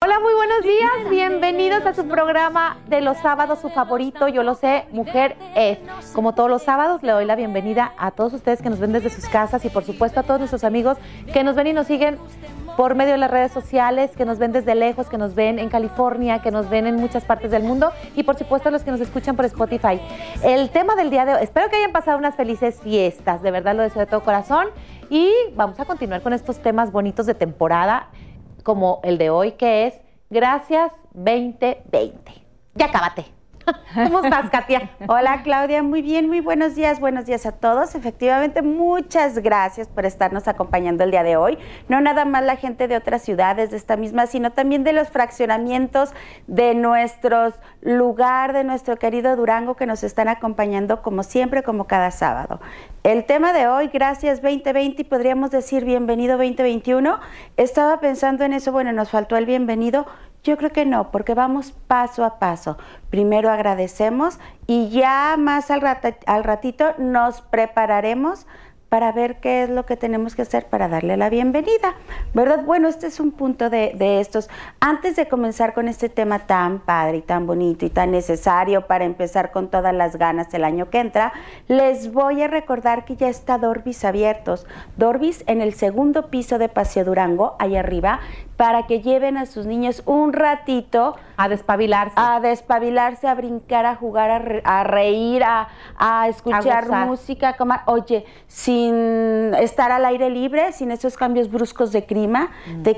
Hola, muy buenos días, bienvenidos a su programa de los sábados, su favorito, yo lo sé, Mujer Es. Como todos los sábados, le doy la bienvenida a todos ustedes que nos ven desde sus casas y por supuesto a todos nuestros amigos que nos ven y nos siguen por medio de las redes sociales, que nos ven desde lejos, que nos ven en California, que nos ven en muchas partes del mundo y por supuesto a los que nos escuchan por Spotify. El tema del día de hoy, espero que hayan pasado unas felices fiestas, de verdad lo deseo de todo corazón y vamos a continuar con estos temas bonitos de temporada como el de hoy, que es Gracias 2020. Ya cábate. ¿Cómo estás, Katia? Hola, Claudia, muy bien, muy buenos días a todos. Efectivamente, muchas gracias por estarnos acompañando el día de hoy. No nada más la gente de otras ciudades de esta misma, sino también de los fraccionamientos de nuestros lugar, de nuestro querido Durango, que nos están acompañando como siempre, como cada sábado. El tema de hoy, Gracias 2020, y podríamos decir Bienvenido 2021. Estaba pensando en eso, bueno, nos faltó el bienvenido. Yo creo que no, porque vamos paso a paso. Primero agradecemos y ya más al ratito nos prepararemos para ver qué es lo que tenemos que hacer para darle la bienvenida, ¿verdad? Bueno, este es un punto de estos. Antes de comenzar con este tema tan padre y tan bonito y tan necesario para empezar con todas las ganas el año que entra, les voy a recordar que ya está Dorbis abiertos. Dorbis en el segundo piso de Paseo Durango, ahí arriba, para que lleven a sus niños un ratito a despabilarse. A brincar, a jugar, a reír, a escuchar música, a comer. Oye, sin estar al aire libre, sin esos cambios bruscos de clima,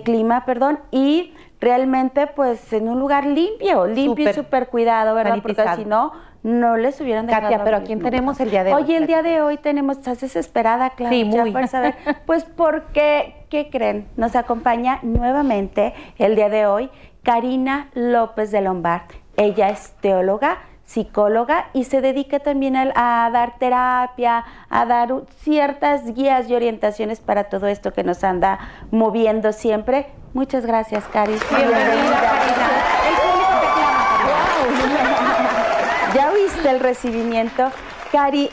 y realmente pues en un lugar limpio y súper cuidado, ¿verdad? Sanitizado. Porque si no, no les hubieran dejado. Katia, pero ¿a quién tenemos el día de hoy? Oye, el día de hoy tenemos, ¿estás desesperada, Claudia? Sí, muy. Para saber, pues porque, ¿qué creen? Nos acompaña nuevamente el día de hoy Karina López de Lombard. Ella es teóloga, psicóloga y se dedica también a dar terapia, a dar ciertas guías y orientaciones para todo esto que nos anda moviendo siempre. Muchas gracias, Cari. Bienvenida, Karina. El público te clama, Karina. ¿Ya oíste el recibimiento? Cari,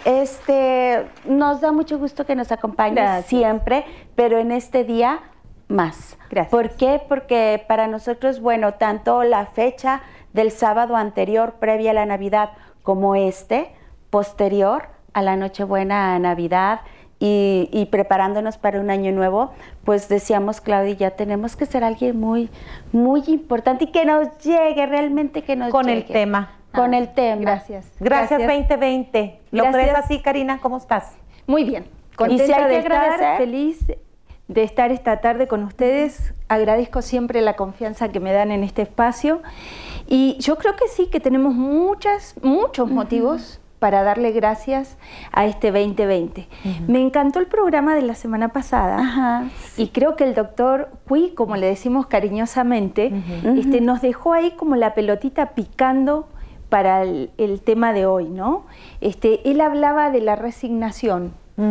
nos da mucho gusto que nos acompañes siempre, pero en este día más. Gracias. ¿Por qué? Porque para nosotros, bueno, tanto la fecha del sábado anterior, previa a la Navidad, como posterior a la Nochebuena, a Navidad y preparándonos para un año nuevo, pues decíamos, Claudia, ya tenemos que ser alguien muy, muy importante y que nos llegue, realmente que nos llegue. Con el tema. Con el tema. Gracias 2020. ¿Lo crees así, Karina? ¿Cómo estás? Muy bien. Contenta de estar, feliz de estar esta tarde con ustedes. Agradezco siempre la confianza que me dan en este espacio. Y yo creo que sí, que tenemos muchos motivos para darle gracias a este 2020. Me encantó el programa de la semana pasada y creo que el doctor Cui, como le decimos cariñosamente, nos dejó ahí como la pelotita picando para el tema de hoy, ¿no? Él hablaba de la resignación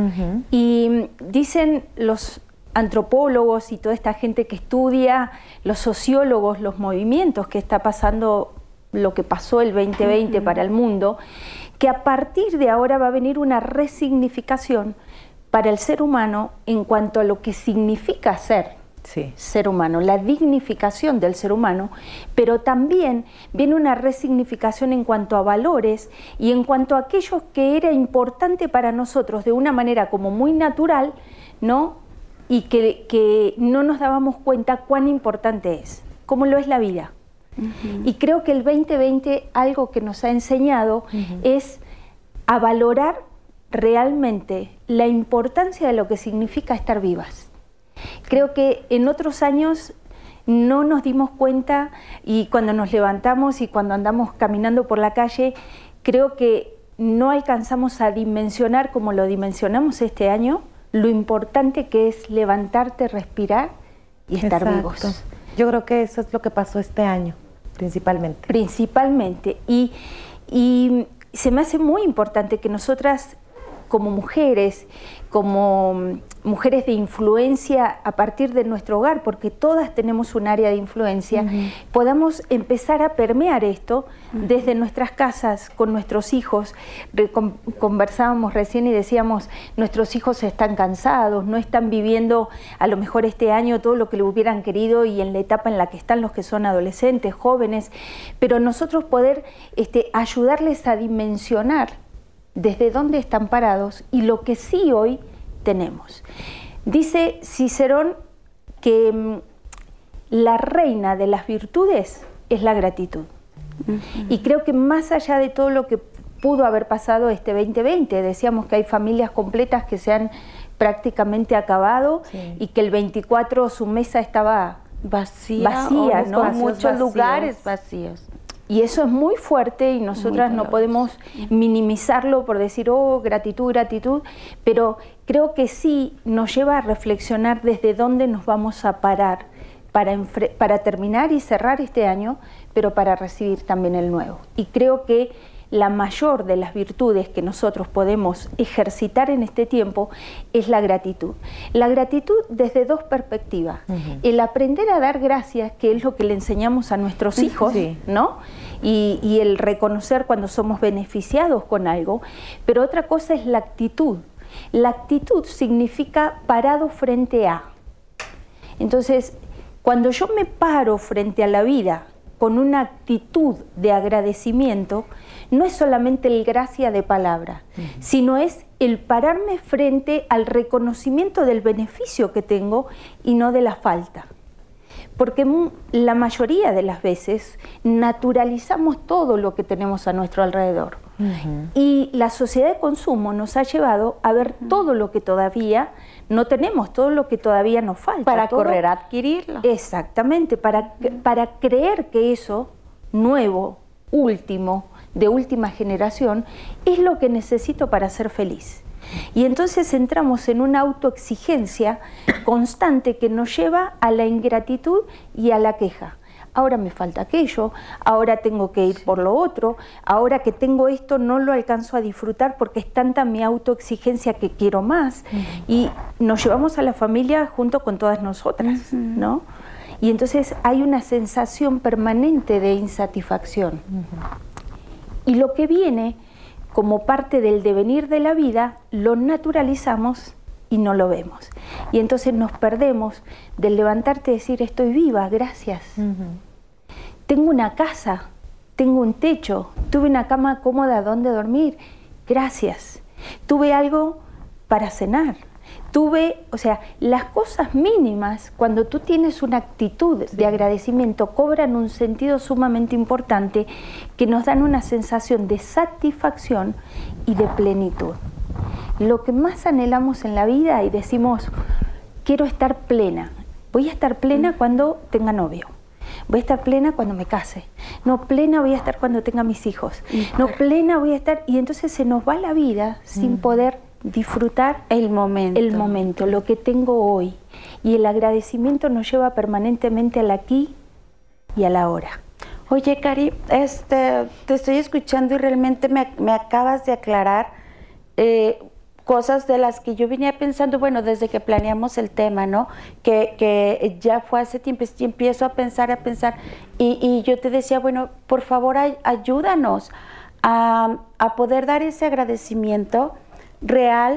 y dicen los antropólogos y toda esta gente que estudia, los sociólogos, los movimientos que está pasando, lo que pasó el 2020 para el mundo, que a partir de ahora va a venir una resignificación para el ser humano en cuanto a lo que significa ser ser humano, la dignificación del ser humano, pero también viene una resignificación en cuanto a valores y en cuanto a aquello que era importante para nosotros de una manera como muy natural, ¿no? Y que no nos dábamos cuenta cuán importante es, como lo es la vida. Y creo que el 2020 algo que nos ha enseñado es a valorar realmente la importancia de lo que significa estar vivas. Creo que en otros años no nos dimos cuenta y cuando nos levantamos y cuando andamos caminando por la calle, creo que no alcanzamos a dimensionar como lo dimensionamos este año, lo importante que es levantarte, respirar y estar vivos. Yo creo que eso es lo que pasó este año, principalmente. Principalmente. Y se me hace muy importante que nosotras como mujeres, como mujeres de influencia a partir de nuestro hogar, porque todas tenemos un área de influencia, podamos empezar a permear esto desde nuestras casas, con nuestros hijos. Conversábamos recién y decíamos, nuestros hijos están cansados, no están viviendo a lo mejor este año todo lo que le hubieran querido y en la etapa en la que están los que son adolescentes, jóvenes, pero nosotros poder ayudarles a dimensionar desde dónde están parados y lo que sí hoy tenemos. Dice Cicerón que la reina de las virtudes es la gratitud. Y creo que más allá de todo lo que pudo haber pasado este 2020, decíamos que hay familias completas que se han prácticamente acabado y que el 24 su mesa estaba vacía, ¿no? Con muchos lugares vacíos. Y eso es muy fuerte y nosotras no podemos minimizarlo por decir, oh, gratitud, gratitud, pero creo que sí nos lleva a reflexionar desde dónde nos vamos a parar para terminar y cerrar este año, pero para recibir también el nuevo. Y creo que la mayor de las virtudes que nosotros podemos ejercitar en este tiempo es la gratitud. La gratitud desde dos perspectivas. El aprender a dar gracias, que es lo que le enseñamos a nuestros hijos, ¿no? Y el reconocer cuando somos beneficiados con algo. Pero otra cosa es la actitud. La actitud significa parado frente a. Entonces, cuando yo me paro frente a la vida con una actitud de agradecimiento, no es solamente el gracia de palabra, sino es el pararme frente al reconocimiento del beneficio que tengo y no de la falta. Porque la mayoría de las veces naturalizamos todo lo que tenemos a nuestro alrededor. Y la sociedad de consumo nos ha llevado a ver todo lo que todavía no tenemos, todo lo que todavía nos falta. Para correr a adquirirlo. Exactamente, para creer que eso nuevo, último, de última generación, es lo que necesito para ser feliz. Y entonces entramos en una autoexigencia constante que nos lleva a la ingratitud y a la queja. Ahora me falta aquello, ahora tengo que ir por lo otro, ahora que tengo esto no lo alcanzo a disfrutar porque es tanta mi autoexigencia que quiero más. Y nos llevamos a la familia junto con todas nosotras, ¿no? Y entonces hay una sensación permanente de insatisfacción. Y lo que viene como parte del devenir de la vida, lo naturalizamos y no lo vemos. Y entonces nos perdemos del levantarte y decir, estoy viva, gracias. Tengo una casa, tengo un techo, tuve una cama cómoda donde dormir, gracias. Tuve algo para cenar. O sea, las cosas mínimas, cuando tú tienes una actitud de agradecimiento, cobran un sentido sumamente importante que nos dan una sensación de satisfacción y de plenitud. Lo que más anhelamos en la vida y decimos, quiero estar plena. Voy a estar plena cuando tenga novio. Voy a estar plena cuando me case. No, plena voy a estar cuando tenga mis hijos. No, plena voy a estar... Y entonces se nos va la vida sin poder disfrutar el momento, lo que tengo hoy. Y el agradecimiento nos lleva permanentemente al aquí y a la ahora. Oye, Cari, te estoy escuchando y realmente me acabas de aclarar cosas de las que yo venía pensando, bueno, desde que planeamos el tema, ¿no? Que ya fue hace tiempo, y empiezo a pensar, y yo te decía, bueno, por favor, ayúdanos a poder dar ese agradecimiento real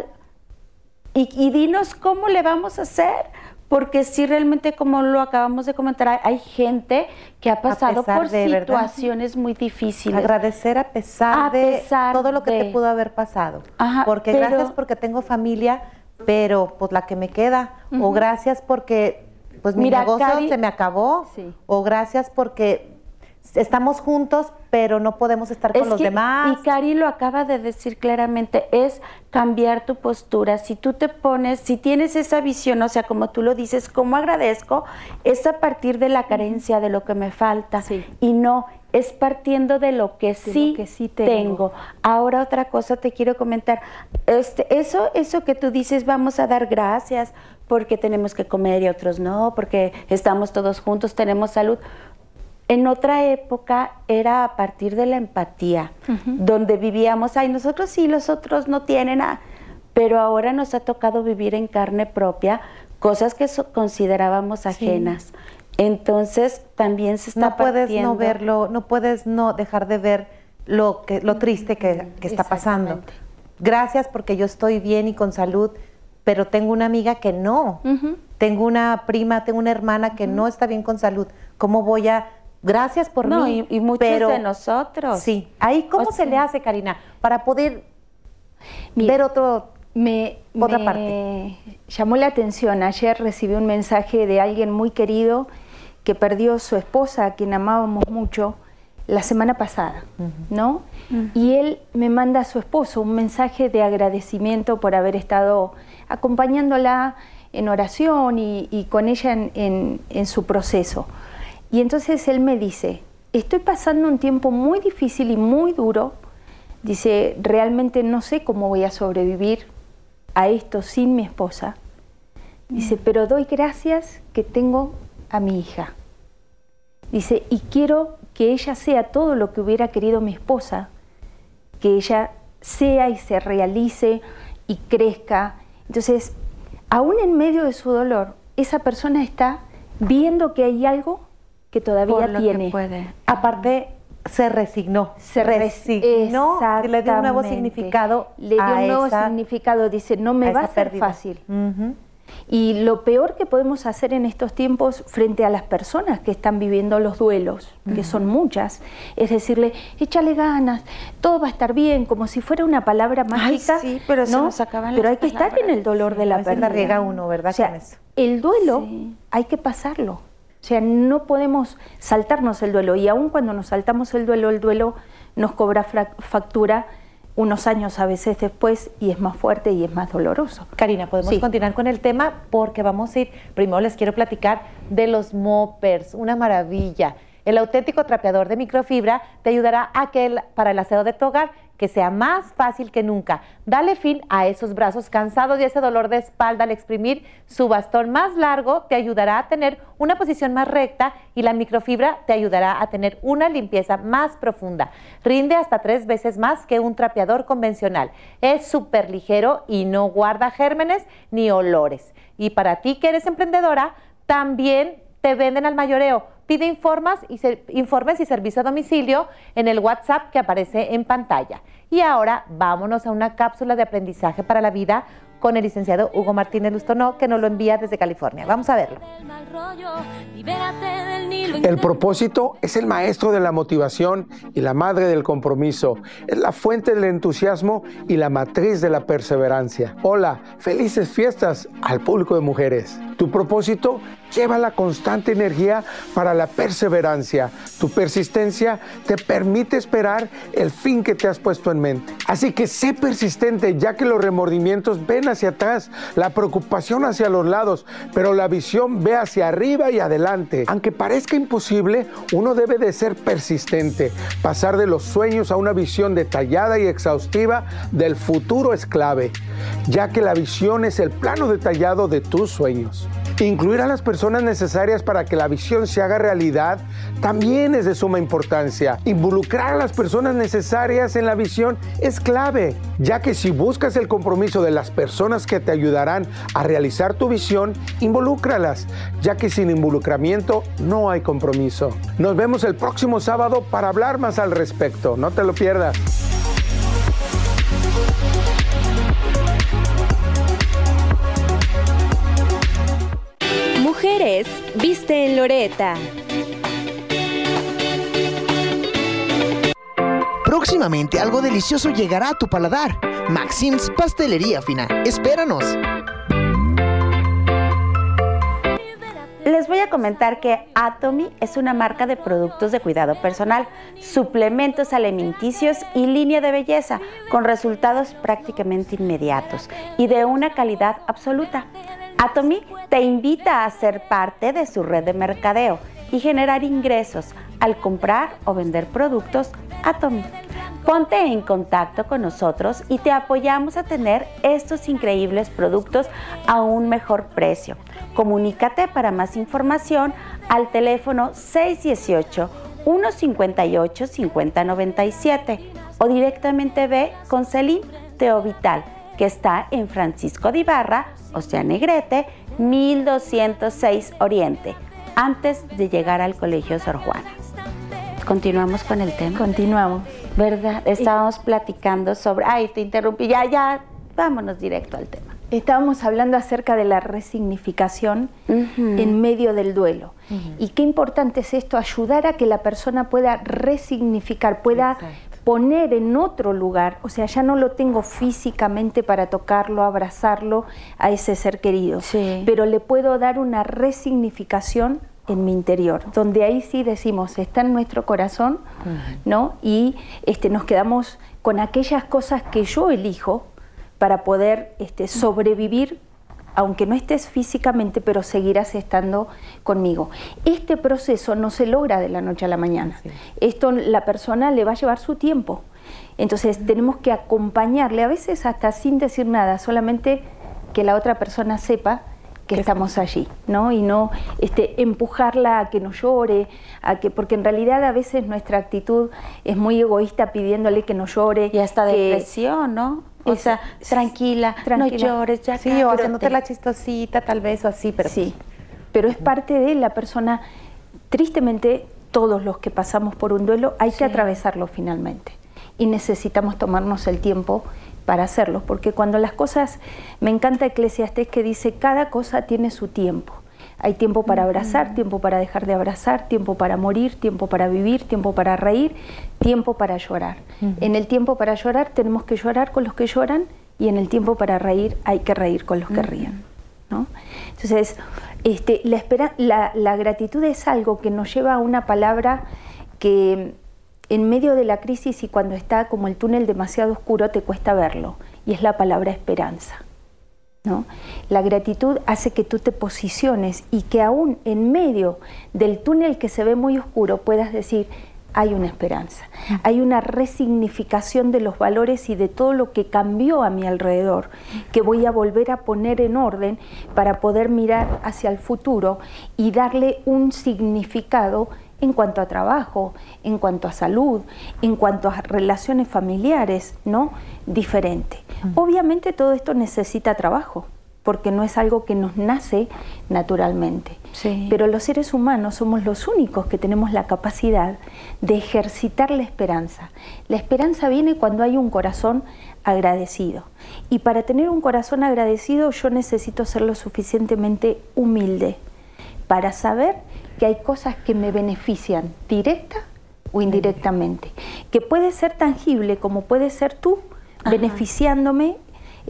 y dinos cómo le vamos a hacer, porque sí, realmente, como lo acabamos de comentar, hay gente que ha pasado por situaciones muy difíciles. Agradecer a pesar de todo lo que te pudo haber pasado. Porque gracias porque tengo familia, pero pues la que me queda, o gracias porque pues mi negocio se me acabó, o gracias porque estamos juntos, pero no podemos estar con los demás. Y Cari lo acaba de decir claramente, es cambiar tu postura. Si tú te pones, si tienes esa visión, o sea, como tú lo dices, ¿cómo agradezco? Es a partir de la carencia, de lo que me falta. Y no, es partiendo de lo que sí tengo. Ahora otra cosa te quiero comentar. Eso que tú dices, vamos a dar gracias porque tenemos que comer y otros no, porque estamos todos juntos, tenemos salud. En otra época era a partir de la empatía, donde vivíamos, ay, nosotros sí, los otros no tienen nada. pero ahora nos ha tocado vivir en carne propia cosas que considerábamos ajenas. Sí. Entonces también se está partiendo. No puedes no verlo, no puedes no dejar de ver lo triste que está pasando. Gracias porque yo estoy bien y con salud, pero tengo una amiga que no. Tengo una prima, tengo una hermana que no está bien con salud. ¿Cómo voy a...? Gracias por mí. Y muchos de nosotros. Sí. Ahí, ¿cómo se le hace, Karina, para poder ver otra parte? Me llamó la atención. Ayer recibí un mensaje de alguien muy querido que perdió su esposa, a quien amábamos mucho, la semana pasada, ¿no? Y él me manda a su esposo un mensaje de agradecimiento por haber estado acompañándola en oración y con ella en su proceso. Y entonces él me dice, estoy pasando un tiempo muy difícil y muy duro. Dice, realmente no sé cómo voy a sobrevivir a esto sin mi esposa. Dice, pero doy gracias que tengo a mi hija. Dice, y quiero que ella sea todo lo que hubiera querido mi esposa, que ella sea y se realice y crezca. Entonces, aún en medio de su dolor, esa persona está viendo que hay algo que todavía tiene. Que puede. Aparte, se resignó. Le dio un nuevo significado. Le dio un nuevo significado. Dice, no me va a ser fácil. Y lo peor que podemos hacer en estos tiempos frente a las personas que están viviendo los duelos, que son muchas, es decirle, échale ganas, todo va a estar bien, como si fuera una palabra mágica. Ay, sí, pero se nos acaban pero las hay que palabras. Estar en el dolor de la pérdida. La riega uno, ¿verdad? O sea, con eso. El duelo hay que pasarlo. O sea, no podemos saltarnos el duelo. Y aun cuando nos saltamos el duelo nos cobra factura unos años a veces después y es más fuerte y es más doloroso. Karina, podemos continuar con el tema porque vamos a ir, primero les quiero platicar de los moppers, una maravilla. El auténtico trapeador de microfibra te ayudará a que para el aseo de tu hogar que sea más fácil que nunca. Dale fin a esos brazos cansados y ese dolor de espalda al exprimir. Su bastón más largo te ayudará a tener una posición más recta y la microfibra te ayudará a tener una limpieza más profunda. Rinde hasta 3 veces más que un trapeador convencional. Es súper ligero y no guarda gérmenes ni olores. Y para ti que eres emprendedora, también te venden al mayoreo. Pide informes y servicio a domicilio en el WhatsApp que aparece en pantalla. Y ahora vámonos a una cápsula de aprendizaje para la vida con el licenciado Hugo Martínez Lustonó, que nos lo envía desde California. Vamos a verlo. El propósito es el maestro de la motivación y la madre del compromiso. Es la fuente del entusiasmo y la matriz de la perseverancia. Hola, felices fiestas al público de mujeres. Tu propósito lleva la constante energía para la perseverancia. Tu persistencia te permite esperar el fin que te has puesto en mente. Así que sé persistente, ya que los remordimientos ven hacia atrás, la preocupación hacia los lados, pero la visión ve hacia arriba y adelante. Aunque parezca imposible, uno debe de ser persistente. Pasar de los sueños a una visión detallada y exhaustiva del futuro es clave, ya que la visión es el plano detallado de tus sueños. Incluir a las personas necesarias para que la visión se haga realidad también es de suma importancia. Involucrar a las personas necesarias en la visión es clave, ya que si buscas el compromiso de las personas que te ayudarán a realizar tu visión, involúcralas, ya que sin involucramiento no hay compromiso. Nos vemos el próximo sábado para hablar más al respecto. No te lo pierdas. Mujeres viste en Loreto. Próximamente algo delicioso llegará a tu paladar. Maxim's Pastelería Fina. Espéranos. Les voy a comentar que Atomy es una marca de productos de cuidado personal, suplementos alimenticios y línea de belleza con resultados prácticamente inmediatos y de una calidad absoluta. Atomy te invita a ser parte de su red de mercadeo y generar ingresos al comprar o vender productos Atomy. Ponte en contacto con nosotros y te apoyamos a tener estos increíbles productos a un mejor precio. Comunícate para más información al teléfono 618-158-5097 o directamente ve con Celine Teovital que está en Francisco de Ibarra, o sea, Negrete, 1206 Oriente, antes de llegar al Colegio Sor Juana. Continuamos con el tema. Continuamos. ¿Verdad? Estábamos platicando sobre... Ay, te interrumpí. Ya, vámonos directo al tema. Estábamos hablando acerca de la resignificación en medio del duelo. Y qué importante es esto, ayudar a que la persona pueda resignificar, pueda poner en otro lugar, o sea, ya no lo tengo físicamente para tocarlo, abrazarlo a ese ser querido, pero le puedo dar una resignificación en mi interior, donde ahí sí decimos, está en nuestro corazón, ¿no? Y nos quedamos con aquellas cosas que yo elijo para poder sobrevivir, aunque no estés físicamente, pero seguirás estando conmigo. Este proceso no se logra de la noche a la mañana. Esto la persona le va a llevar su tiempo. Entonces tenemos que acompañarle, a veces hasta sin decir nada, solamente que la otra persona sepa que estamos allí, ¿no? Y no empujarla a que no llore, porque en realidad a veces nuestra actitud es muy egoísta pidiéndole que no llore. Y hasta depresión, ¿no? O sea, tranquila, no llores, ya. Sí, o haciéndote la chistosita tal vez o así, pero... Sí, pero es parte de la persona. Tristemente, todos los que pasamos por un duelo hay que atravesarlo finalmente. Y necesitamos tomarnos el tiempo para hacerlo, porque cuando las cosas... Me encanta Eclesiastés que dice, cada cosa tiene su tiempo. Hay tiempo para abrazar, tiempo para dejar de abrazar, tiempo para morir, tiempo para vivir, tiempo para reír, tiempo para llorar. En el tiempo para llorar tenemos que llorar con los que lloran y en el tiempo para reír hay que reír con los que ríen, ¿no? Entonces, la gratitud es algo que nos lleva a una palabra que en medio de la crisis y cuando está como el túnel demasiado oscuro te cuesta verlo, y es la palabra esperanza, ¿no? La gratitud hace que tú te posiciones y que aún en medio del túnel que se ve muy oscuro puedas decir, hay una esperanza, hay una resignificación de los valores y de todo lo que cambió a mi alrededor, que voy a volver a poner en orden para poder mirar hacia el futuro y darle un significado en cuanto a trabajo, en cuanto a salud, en cuanto a relaciones familiares, ¿no? Diferente. Obviamente todo esto necesita trabajo, porque no es algo que nos nace naturalmente. Pero los seres humanos somos los únicos que tenemos la capacidad de ejercitar la esperanza. La esperanza viene cuando hay un corazón agradecido. Y para tener un corazón agradecido yo necesito ser lo suficientemente humilde para saber que hay cosas que me benefician directa o indirectamente, que puede ser tangible como puede ser tú beneficiándome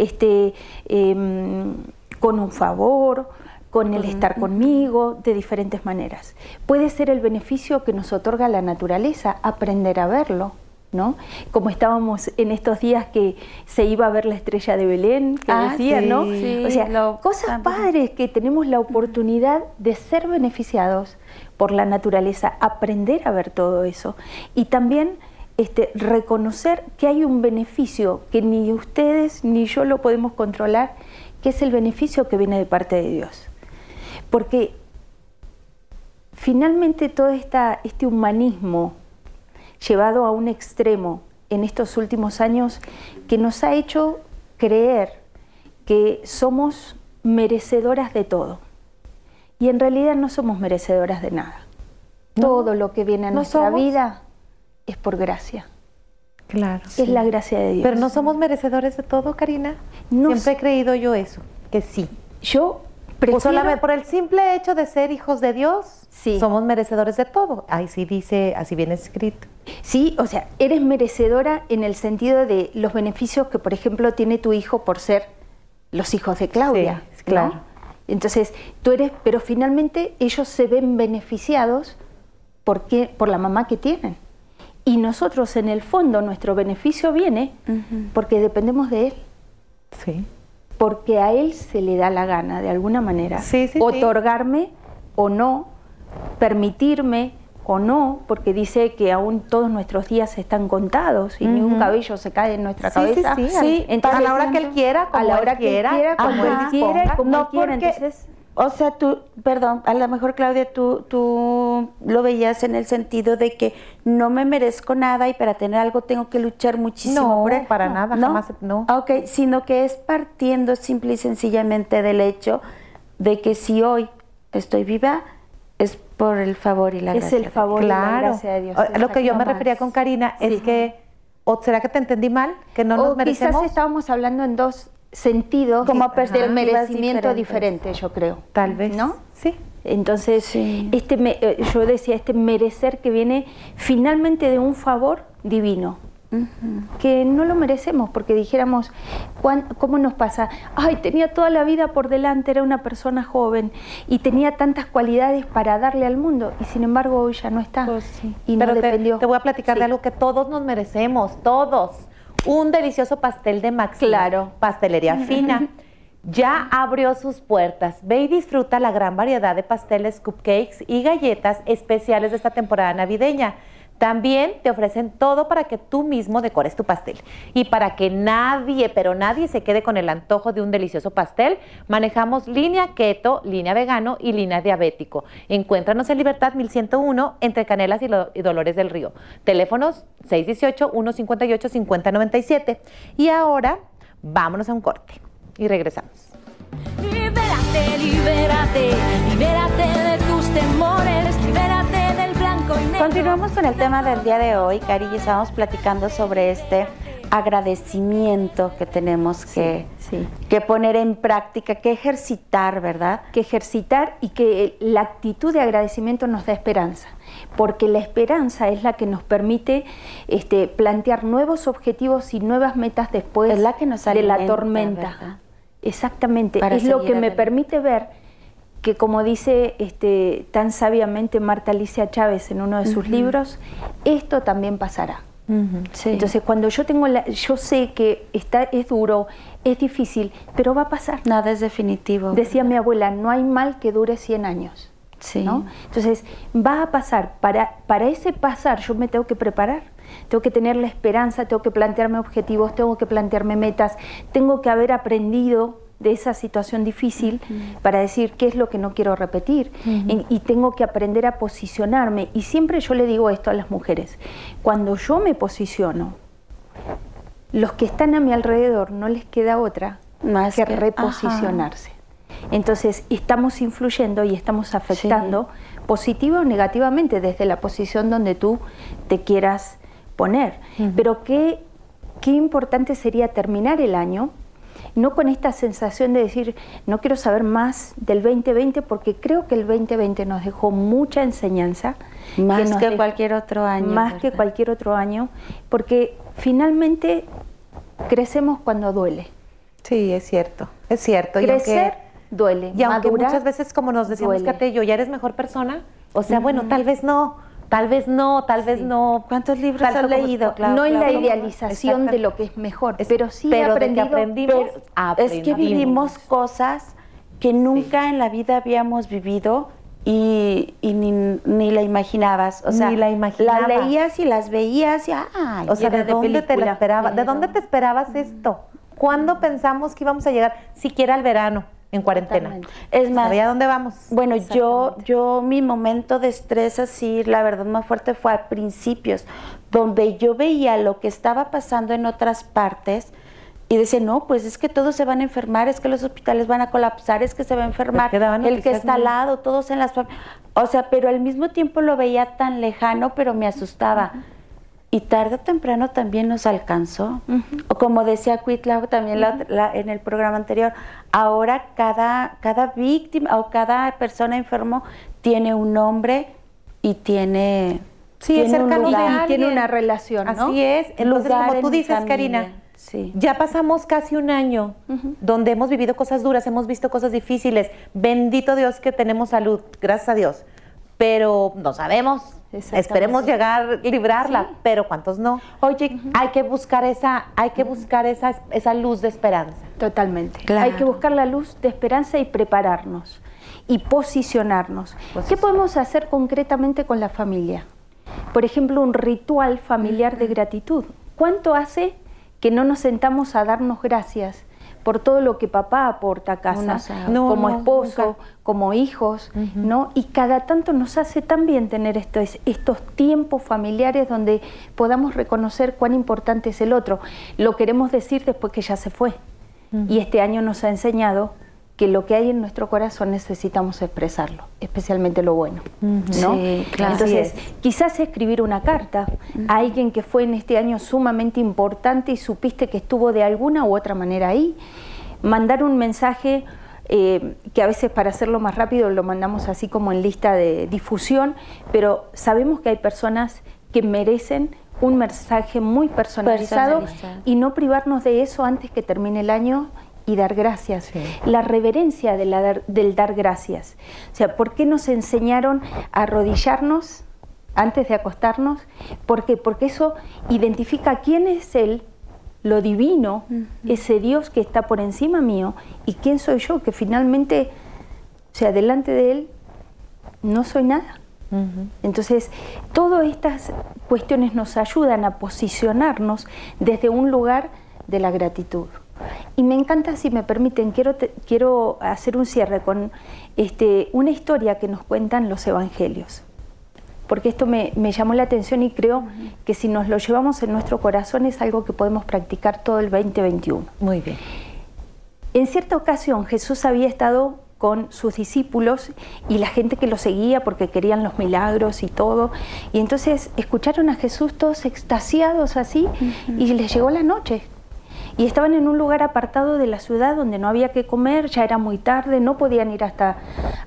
con un favor, con el estar conmigo, de diferentes maneras. Puede ser el beneficio que nos otorga la naturaleza, aprender a verlo, ¿no? Como estábamos en estos días que se iba a ver la estrella de Belén, que decía, ¿no? O sea, cosas padres que tenemos la oportunidad de ser beneficiados por la naturaleza, aprender a ver todo eso y también reconocer que hay un beneficio que ni ustedes ni yo lo podemos controlar, que es el beneficio que viene de parte de Dios. Porque finalmente todo este humanismo llevado a un extremo en estos últimos años que nos ha hecho creer que somos merecedoras de todo. Y en realidad no somos merecedoras de nada. Todo lo que viene a nuestra vida es por gracia. Claro. Es la gracia de Dios. Pero no somos merecedores de todo, Karina. Siempre he creído yo eso, que sí. Yo prefiero... solamente por el simple hecho de ser hijos de Dios, somos merecedores de todo. Ahí sí dice, así viene escrito. Sí, o sea, eres merecedora en el sentido de los beneficios que, por ejemplo, tiene tu hijo por ser los hijos de Claudia. Sí, claro. ¿no? Entonces, tú eres, pero finalmente ellos se ven beneficiados por la mamá que tienen. Y nosotros, en el fondo, nuestro beneficio viene porque dependemos de él. Sí. Porque a él se le da la gana, de alguna manera, otorgarme o no, permitirme o no, porque dice que aún todos nuestros días están contados y ni un cabello se cae en nuestra cabeza. Entonces, a la hora que él quiera, como a la hora él quiera, como él quiera y como él quiera. Entonces, O sea, tú, perdón, a lo mejor Claudia, tú lo veías en el sentido de que no me merezco nada y para tener algo tengo que luchar muchísimo No, por él. para nada, jamás, no. Ok, sino que es partiendo simple y sencillamente del hecho de que si hoy estoy viva es por el favor y la gracia. Es el favor y la Claro. gracia de Dios. Lo que yo me Exacto. refería con Karina es que, ¿o será que te entendí mal? ¿Que no nos O merecemos? quizás estábamos hablando en dos sentidos Como del perspectivas merecimiento diferentes. diferente, yo creo. Tal vez. ¿No? Sí. Entonces, Sí. yo decía, este merecer que viene finalmente de un favor divino, que no lo merecemos, porque dijéramos, ¿cómo nos pasa? Ay, tenía toda la vida por delante, era una persona joven y tenía tantas cualidades para darle al mundo, y sin embargo hoy ya no está. Pues sí. Y Pero no dependió. te voy a platicar Sí. de algo que todos nos merecemos, todos. Un delicioso pastel de Maxim. Claro. Pastelería Fina. Ya abrió sus puertas. Ve y disfruta la gran variedad de pasteles, cupcakes y galletas especiales de esta temporada navideña. También te ofrecen todo para que tú mismo decores tu pastel. Y para que nadie, pero nadie se quede con el antojo de un delicioso pastel, manejamos línea keto, línea vegano y línea diabético. Encuéntranos en Libertad 1101 entre Canelas y Dolores del Río. Teléfonos 618-158-5097. Y ahora, vámonos a un corte y regresamos. Libérate, libérate, libérate de tus temores, libérate del blanco y negro. Continuamos con el tema del día de hoy, Cari, y estábamos platicando sobre este agradecimiento que tenemos que poner en práctica, que ejercitar, ¿verdad? Que ejercitar y que la actitud de agradecimiento nos da esperanza, porque la esperanza es la que nos permite plantear nuevos objetivos y nuevas metas después Es la que nos de la alimenta, tormenta. ¿verdad? Exactamente, Para es lo seguir que me adelante. permite ver que, como dice tan sabiamente Marta Alicia Chávez en uno de sus libros, esto también pasará. Sí. Entonces, cuando yo yo sé que es duro, es difícil, pero va a pasar. Nada es definitivo. Decía mi abuela, no hay mal que dure 100 años. Sí. ¿No? Entonces, va a pasar. Para ese pasar yo me tengo que preparar. Tengo que tener la esperanza, tengo que plantearme objetivos, tengo que plantearme metas, tengo que haber aprendido de esa situación difícil para decir qué es lo que no quiero repetir y tengo que aprender a posicionarme. Y siempre yo le digo esto a las mujeres, cuando yo me posiciono, los que están a mi alrededor no les queda otra Más que que- reposicionarse. Entonces estamos influyendo y estamos afectando positiva o negativamente desde la posición donde tú te quieras poner. Pero qué importante sería terminar el año no con esta sensación de decir no quiero saber más del 2020, porque creo que el 2020 nos dejó mucha enseñanza. Más nos que dejó- cualquier otro año. Más que ¿verdad? cualquier otro año, porque finalmente crecemos cuando duele. Sí, es cierto, es cierto. Crecer duele, Y aunque madurar muchas veces, como nos decíamos, duele. Kate y yo, ¿ya eres mejor persona? O sea, bueno, tal vez no, tal vez no, tal vez no. ¿Cuántos libros Tanto has como- leído? claro, no en la claro. idealización de lo que es mejor, pero sí pero he de que aprendido. aprendimos, Es que vivimos cosas que nunca en la vida habíamos vivido y ni la imaginabas. O sea, Ni la imaginabas. las leías y las veías y ¡ay! O sea, era ¿de de dónde te la película. esperabas? ¿De dónde te esperabas esto? ¿Cuándo pensamos que íbamos a llegar siquiera al verano en cuarentena? Totalmente. Es más, ¿Sabía dónde vamos? bueno, yo mi momento de estrés así, la verdad más fuerte fue a principios, donde yo veía lo que estaba pasando en otras partes y decía, no, pues es que todos se van a enfermar, es que los hospitales van a colapsar, es que se va a enfermar, Es que daban el que noticias está al muy- lado, todos en las o sea, pero al mismo tiempo lo veía tan lejano, pero me asustaba. Y tarde o temprano también nos alcanzó. O como decía Cuitla también en el programa anterior, ahora cada víctima o cada persona enfermo tiene un nombre y tiene, Sí, es tiene un cercano de lugar. Y tiene alguien. una relación, ¿no? Así es. Entonces, Lugar como tú en mi dices, familia. Karina, Sí. ya pasamos casi un año donde hemos vivido cosas duras, hemos visto cosas difíciles. Bendito Dios que tenemos salud, gracias a Dios. Pero no sabemos. Exactamente. Esperemos llegar, librarla, pero ¿cuántos no? Oye, hay que buscar esa luz de esperanza. Totalmente. Claro. Hay que buscar la luz de esperanza y prepararnos y posicionarnos. ¿Qué podemos hacer concretamente con la familia? Por ejemplo, un ritual familiar de gratitud. ¿Cuánto hace que no nos sentamos a darnos gracias por todo lo que papá aporta a casa, como esposo, como hijos, ¿no? Y cada tanto nos hace tan bien tener estos tiempos familiares donde podamos reconocer cuán importante es el otro. Lo queremos decir después que ya se fue. Y este año nos ha enseñado que lo que hay en nuestro corazón necesitamos expresarlo, especialmente lo bueno, ¿no? Sí, claro. Entonces, quizás escribir una carta a alguien que fue en este año sumamente importante y supiste que estuvo de alguna u otra manera ahí, mandar un mensaje que a veces para hacerlo más rápido lo mandamos así como en lista de difusión, pero sabemos que hay personas que merecen un mensaje muy personalizado y no privarnos de eso antes que termine el año y dar gracias. Sí. La reverencia del dar gracias. O sea, ¿por qué nos enseñaron a arrodillarnos antes de acostarnos? ¿Por qué? Porque eso identifica quién es Él, lo divino, ese Dios que está por encima mío, y quién soy yo, que finalmente, o sea, delante de Él no soy nada. Entonces, todas estas cuestiones nos ayudan a posicionarnos desde un lugar de la gratitud. Y me encanta, si me permiten, quiero hacer un cierre con una historia que nos cuentan los evangelios, porque esto me llamó la atención y creo que si nos lo llevamos en nuestro corazón es algo que podemos practicar todo el 2021. Muy bien. En cierta ocasión Jesús había estado con sus discípulos y la gente que lo seguía porque querían los milagros y todo, y entonces escucharon a Jesús todos extasiados así, y les llegó la noche. Y estaban en un lugar apartado de la ciudad donde no había que comer, ya era muy tarde, no podían ir hasta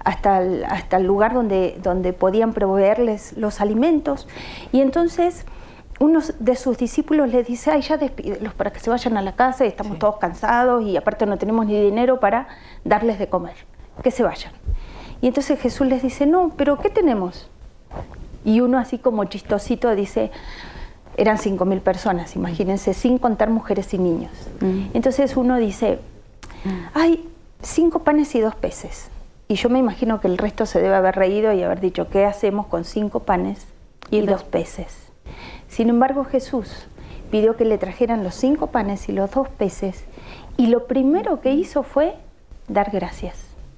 el lugar donde podían proveerles los alimentos. Y entonces uno de sus discípulos les dice, ay, ya despídelos para que se vayan a la casa, y estamos todos cansados y aparte no tenemos ni dinero para darles de comer, que se vayan. Y entonces Jesús les dice, no, pero ¿qué tenemos? Y uno así como chistosito dice, eran 5.000 personas, imagínense, sin contar mujeres y niños. Entonces uno dice, hay 5 panes y 2 peces. Y yo me imagino que el resto se debe haber reído y haber dicho, ¿qué hacemos con 5 panes y 2 peces? Sin embargo, Jesús pidió que le trajeran los 5 panes y los 2 peces, y lo primero que hizo fue dar gracias.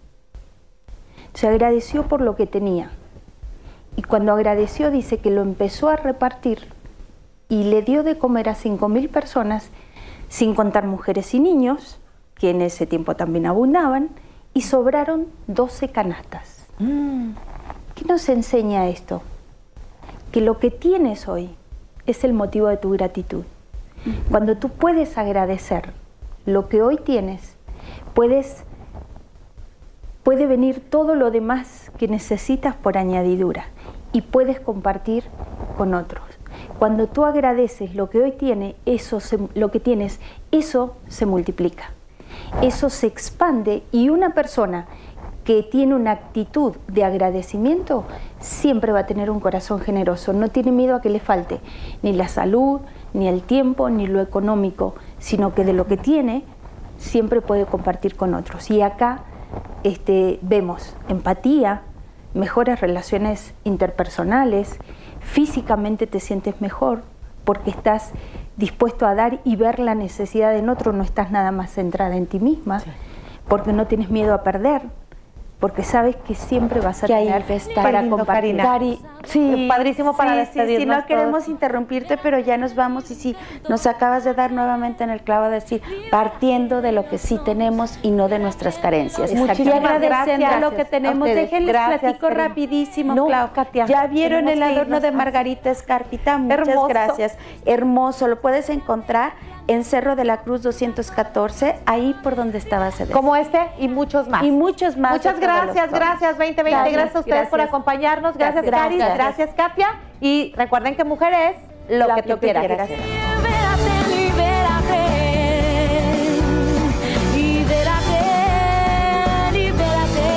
Se agradeció por lo que tenía. Y cuando agradeció, dice que lo empezó a repartir y le dio de comer a 5.000 personas, sin contar mujeres y niños, que en ese tiempo también abundaban, y sobraron 12 canastas. ¿Qué nos enseña esto? Que lo que tienes hoy es el motivo de tu gratitud. Cuando tú puedes agradecer lo que hoy tienes, puede venir todo lo demás que necesitas por añadidura y puedes compartir con otros. Cuando tú agradeces lo que hoy tienes, lo que tienes, eso se multiplica, eso se expande, y una persona que tiene una actitud de agradecimiento siempre va a tener un corazón generoso, no tiene miedo a que le falte ni la salud, ni el tiempo, ni lo económico, sino que de lo que tiene siempre puede compartir con otros. Y acá vemos empatía, mejores relaciones interpersonales, físicamente te sientes mejor porque estás dispuesto a dar y ver la necesidad en otro, no estás nada más centrada en ti misma, porque no tienes miedo a perder, porque sabes que siempre vas a tener para compartir. Cari, sí, padrísimo para despedirnos. Sí, no queremos interrumpirte, pero ya nos vamos, y sí, nos acabas de dar nuevamente en el clavo, de decir, partiendo de lo que sí tenemos y no de nuestras carencias. Muchísimas gracias lo que tenemos. Déjenles platico rapidísimo, Clau. Katia, ya vieron el adorno de Margarita Escarpita, muchas gracias. Hermoso, lo puedes encontrar en Cerro de la Cruz 214, ahí por donde estaba Celeste. Como y muchos más. Y muchos más. Muchas gracias, gracias 2020, gracias a ustedes por acompañarnos, gracias Cari, gracias Katia, y recuerden que mujer es lo que tú quieras. Libérate, libérate, libérate, libérate.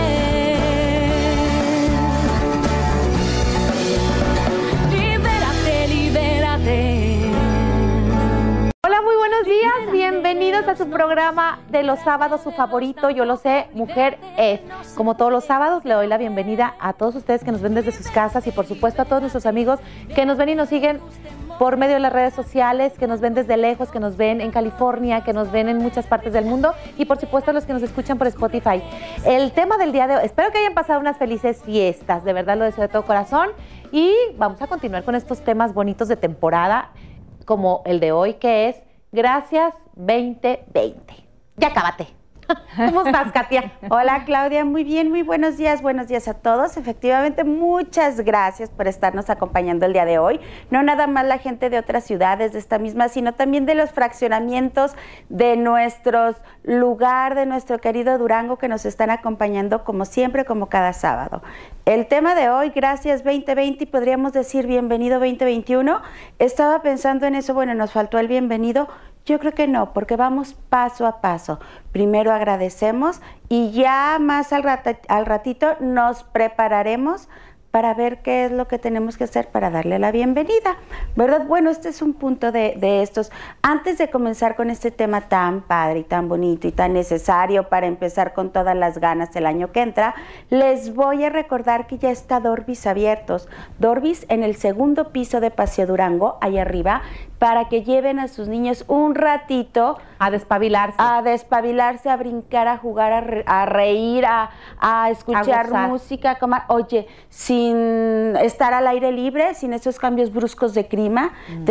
Libérate, libérate. Hola, muy buenos días, bienvenidos a su programa de los sábados, su favorito, yo lo sé, Mujer es. Como todos los sábados, le doy la bienvenida a todos ustedes que nos ven desde sus casas y por supuesto a todos nuestros amigos que nos ven y nos siguen por medio de las redes sociales, que nos ven desde lejos, que nos ven en California, que nos ven en muchas partes del mundo y por supuesto los que nos escuchan por Spotify. El tema del día de hoy, espero que hayan pasado unas felices fiestas, de verdad lo deseo de todo corazón y vamos a continuar con estos temas bonitos de temporada como el de hoy, que es Gracias 2020. Ya cábate. ¿Cómo estás, Katia? Hola, Claudia, muy bien, muy buenos días a todos. Efectivamente, muchas gracias por estarnos acompañando el día de hoy. No nada más la gente de otras ciudades de esta misma, sino también de los fraccionamientos de nuestro lugar, de nuestro querido Durango, que nos están acompañando como siempre, como cada sábado. El tema de hoy, Gracias 2020, y podríamos decir Bienvenido 2021. Estaba pensando en eso, bueno, nos faltó el bienvenido. Yo creo que no, porque vamos paso a paso. Primero agradecemos y ya más al ratito nos prepararemos para ver qué es lo que tenemos que hacer para darle la bienvenida, ¿verdad? Bueno, este es un punto de estos. Antes de comenzar con este tema tan padre y tan bonito y tan necesario para empezar con todas las ganas el año que entra, les voy a recordar que ya está Dorbis abiertos. Dorbis en el segundo piso de Paseo Durango, ahí arriba, para que lleven a sus niños un ratito a despabilarse, a brincar, a jugar, a reír, a escuchar música, a comer. Oye, sin estar al aire libre, sin esos cambios bruscos de clima,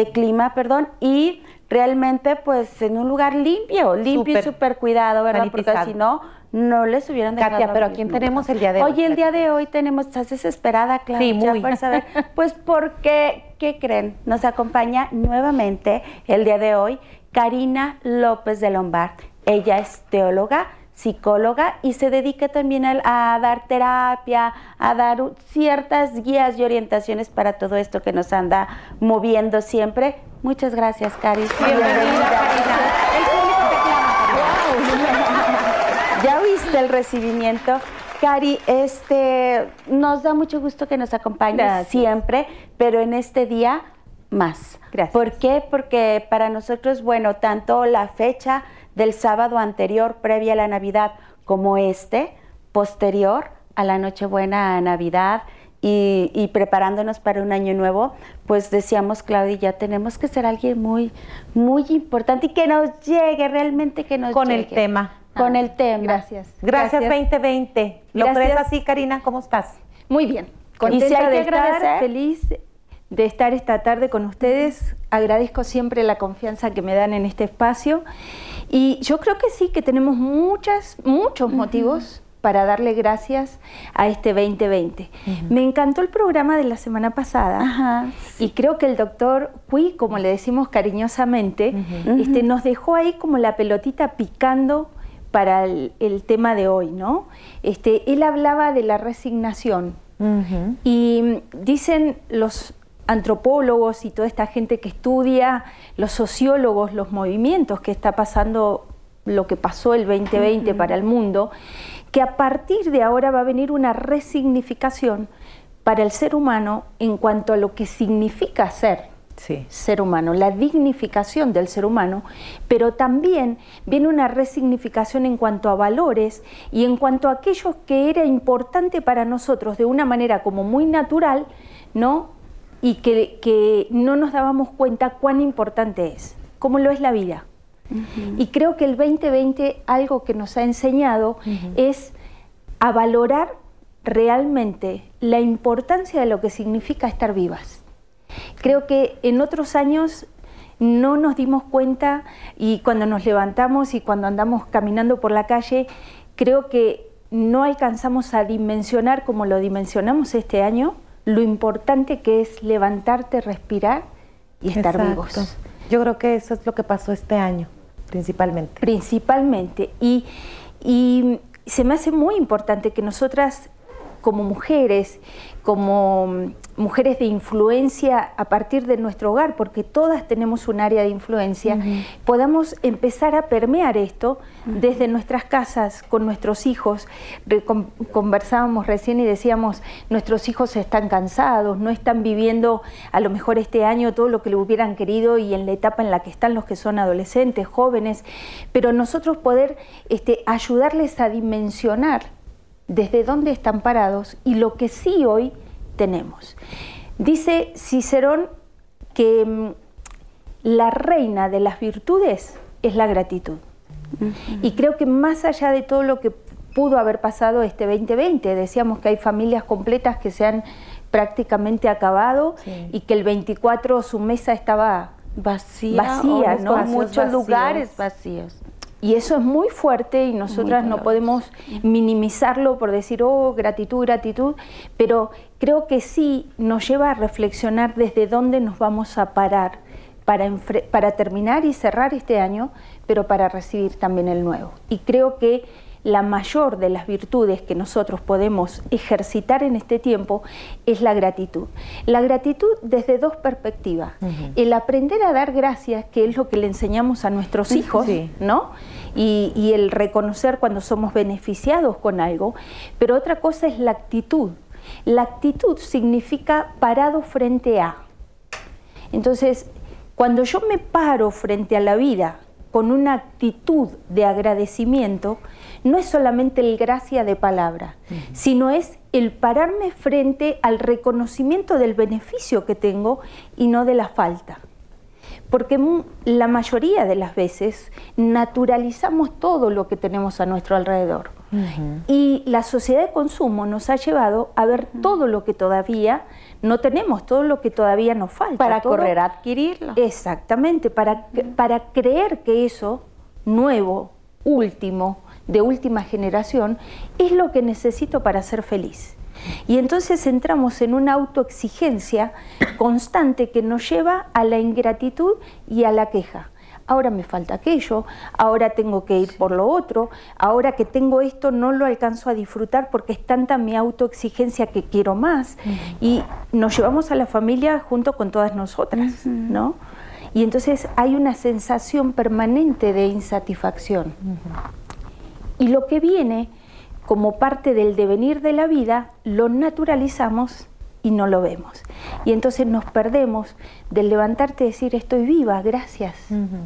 y realmente pues en un lugar limpio y súper cuidado, ¿verdad? Sanitizado. Porque si no, no les hubieran dejado. Katia, pero ¿a quién tenemos el día de hoy? Oye, el día de hoy tenemos, ¿estás desesperada, Claudia? Sí, muy. Por saber, pues porque, ¿qué creen? Nos acompaña nuevamente el día de hoy Karina López de Lombard. Ella es teóloga, psicóloga y se dedica también a dar terapia, a dar ciertas guías y orientaciones para todo esto que nos anda moviendo siempre. Muchas gracias, Cari. Bienvenida, Karina. El público te clama, Karina. ¿Ya oíste el recibimiento? Cari, nos da mucho gusto que nos acompañes siempre, pero en este día más. Gracias. ¿Por qué? Porque para nosotros, bueno, tanto la fecha del sábado anterior, previa a la Navidad, como posterior a la Nochebuena, a Navidad, y preparándonos para un año nuevo, pues decíamos, Claudia, ya tenemos que ser alguien muy, muy importante y que nos llegue, realmente que nos con llegue. el tema. Con el tema. Gracias. Gracias 2020. ¿Lo Gracias. crees así, Karina? ¿Cómo estás? Muy bien. Y Contenta si hay que de estar, agradecer. feliz de estar esta tarde con ustedes. Agradezco siempre la confianza que me dan en este espacio. Y yo creo que sí, que tenemos muchos motivos para darle gracias a este 2020. Me encantó el programa de la semana pasada y creo que el doctor Cui, como le decimos cariñosamente, nos dejó ahí como la pelotita picando para el tema de hoy, ¿no? Él hablaba de la resignación y dicen los antropólogos y toda esta gente que estudia, los sociólogos, los movimientos que está pasando, lo que pasó el 2020 para el mundo, que a partir de ahora va a venir una resignificación para el ser humano en cuanto a lo que significa ser ser humano, la dignificación del ser humano, pero también viene una resignificación en cuanto a valores y en cuanto a aquello que era importante para nosotros de una manera como muy natural, ¿no? Y que no nos dábamos cuenta cuán importante es, como lo es la vida. Y creo que el 2020 algo que nos ha enseñado es a valorar realmente la importancia de lo que significa estar vivas. Creo que en otros años no nos dimos cuenta y cuando nos levantamos y cuando andamos caminando por la calle, creo que no alcanzamos a dimensionar como lo dimensionamos este año, lo importante que es levantarte, respirar y estar vivos. Yo creo que eso es lo que pasó este año, principalmente. Principalmente. Y se me hace muy importante que nosotras, como mujeres de influencia a partir de nuestro hogar, porque todas tenemos un área de influencia, podamos empezar a permear esto desde nuestras casas, con nuestros hijos. Conversábamos recién y decíamos, nuestros hijos están cansados, no están viviendo a lo mejor este año todo lo que le hubieran querido y en la etapa en la que están los que son adolescentes, jóvenes, pero nosotros poder ayudarles a dimensionar desde dónde están parados y lo que sí hoy tenemos. Dice Cicerón que la reina de las virtudes es la gratitud. Y creo que más allá de todo lo que pudo haber pasado este 2020, decíamos que hay familias completas que se han prácticamente acabado y que el 24 su mesa estaba vacía, ¿no? Con muchos lugares vacíos. Y eso es muy fuerte y nosotras no podemos minimizarlo por decir, oh, gratitud, gratitud, pero creo que sí nos lleva a reflexionar desde dónde nos vamos a parar para terminar y cerrar este año, pero para recibir también el nuevo. Y creo que la mayor de las virtudes que nosotros podemos ejercitar en este tiempo es la gratitud. La gratitud desde dos perspectivas. El aprender a dar gracias, que es lo que le enseñamos a nuestros hijos, ¿no? Y el reconocer cuando somos beneficiados con algo, pero otra cosa es la actitud. La actitud significa parado frente a. Entonces, cuando yo me paro frente a la vida con una actitud de agradecimiento, no es solamente el gracia de palabra, sino es el pararme frente al reconocimiento del beneficio que tengo y no de la falta. Porque la mayoría de las veces naturalizamos todo lo que tenemos a nuestro alrededor. Y la sociedad de consumo nos ha llevado a ver todo lo que todavía no tenemos, todo lo que todavía nos falta. Para correr a adquirirlo. Exactamente, para creer que eso nuevo, último, de última generación, es lo que necesito para ser feliz. Y entonces entramos en una autoexigencia constante que nos lleva a la ingratitud y a la queja. Ahora me falta aquello, ahora tengo que ir por lo otro, ahora que tengo esto no lo alcanzo a disfrutar porque es tanta mi autoexigencia que quiero más. Y nos llevamos a la familia junto con todas nosotras, ¿no? Y entonces hay una sensación permanente de insatisfacción. Y lo que viene como parte del devenir de la vida, lo naturalizamos y no lo vemos. Y entonces nos perdemos del levantarte y decir, estoy viva, gracias.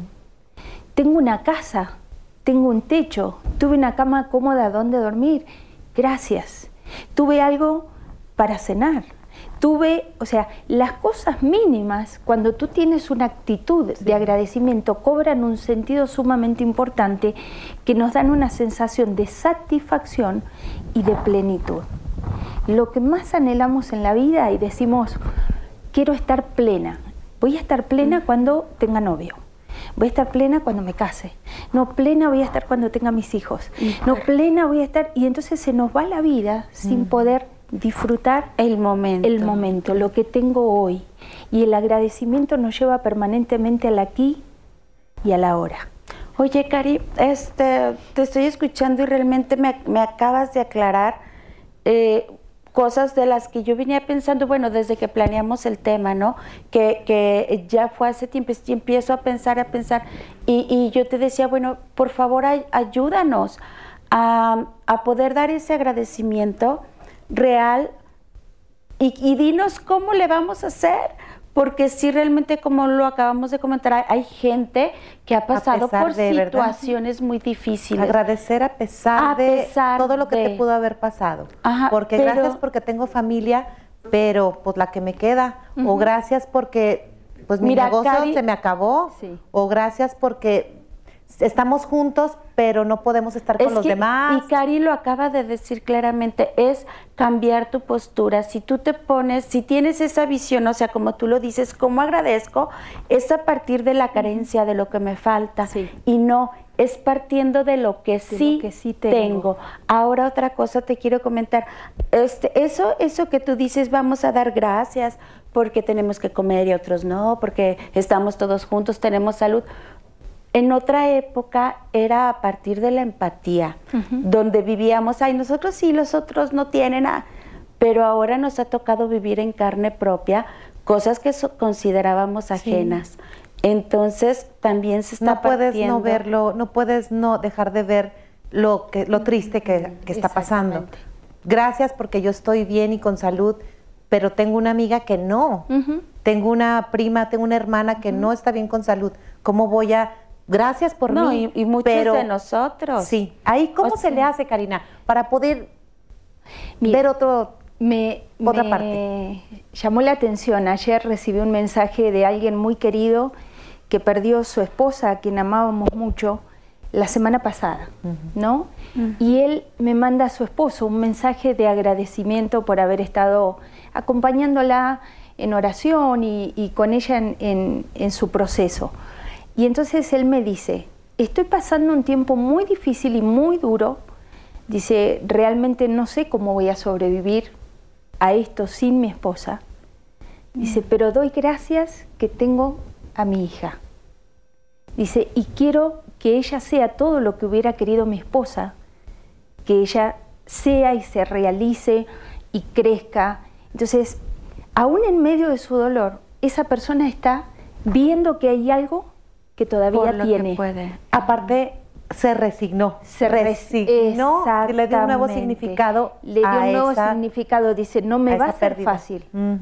Tengo una casa, tengo un techo, tuve una cama cómoda donde dormir, gracias. Tuve algo para cenar. O sea, las cosas mínimas, cuando tú tienes una actitud de agradecimiento, cobran un sentido sumamente importante que nos dan una sensación de satisfacción y de plenitud. Lo que más anhelamos en la vida y decimos, quiero estar plena. Voy a estar plena cuando tenga novio. Voy a estar plena cuando me case. No, plena voy a estar cuando tenga mis hijos. No, plena voy a estar... Y entonces se nos va la vida sin poder disfrutar el momento, lo que tengo hoy. Y el agradecimiento nos lleva permanentemente al aquí y a la ahora. Oye, Cari, te estoy escuchando y realmente me acabas de aclarar cosas de las que yo venía pensando, bueno, desde que planeamos el tema, ¿no? Que ya fue hace tiempo, y empiezo a pensar, y yo te decía, bueno, por favor, ayúdanos a poder dar ese agradecimiento real y dinos cómo le vamos a hacer, porque sí, realmente, como lo acabamos de comentar, hay gente que ha pasado por situaciones muy difíciles. Agradecer a pesar de todo lo que te pudo haber pasado. Porque gracias porque tengo familia, pero pues la que me queda, o gracias porque pues mi negocio se me acabó, o gracias porque estamos juntos, pero no podemos estar con los demás. Y Cari lo acaba de decir claramente, es cambiar tu postura. Si tú te pones, si tienes esa visión, o sea, como tú lo dices, ¿cómo agradezco? Es a partir de la carencia, de lo que me falta. Y no, es partiendo de lo que sí tengo. Ahora otra cosa te quiero comentar. Eso que tú dices, vamos a dar gracias porque tenemos que comer y otros no, porque estamos todos juntos, tenemos salud. En otra época era a partir de la empatía, donde vivíamos, ay, nosotros sí, los otros no tienen nada, pero ahora nos ha tocado vivir en carne propia cosas que considerábamos ajenas. Entonces también se está puedes no verlo, no puedes no dejar de ver lo triste que está pasando. Gracias porque yo estoy bien y con salud, pero tengo una amiga que no, tengo una prima, tengo una hermana que no está bien con salud. ¿Cómo voy a...? Gracias por mí. Y muchos de nosotros. Sí. Ahí, ¿cómo se le hace, Karina, para poder ver otro Otra parte. Llamó la atención. Ayer recibí un mensaje de alguien muy querido que perdió su esposa, a quien amábamos mucho, la semana pasada, ¿no? Y él me manda a su esposo un mensaje de agradecimiento por haber estado acompañándola en oración y con ella en su proceso. Y entonces él me dice, estoy pasando un tiempo muy difícil y muy duro. Dice, realmente no sé cómo voy a sobrevivir a esto sin mi esposa. Dice, pero doy gracias que tengo a mi hija. Dice, y quiero que ella sea todo lo que hubiera querido mi esposa, que ella sea y se realice y crezca. Entonces, aún en medio de su dolor, esa persona está viendo que hay algo que todavía tiene. Que puede. Aparte, se resignó. Se resignó, le dio un nuevo significado. Le dio un nuevo significado. Dice, no me va a ser fácil.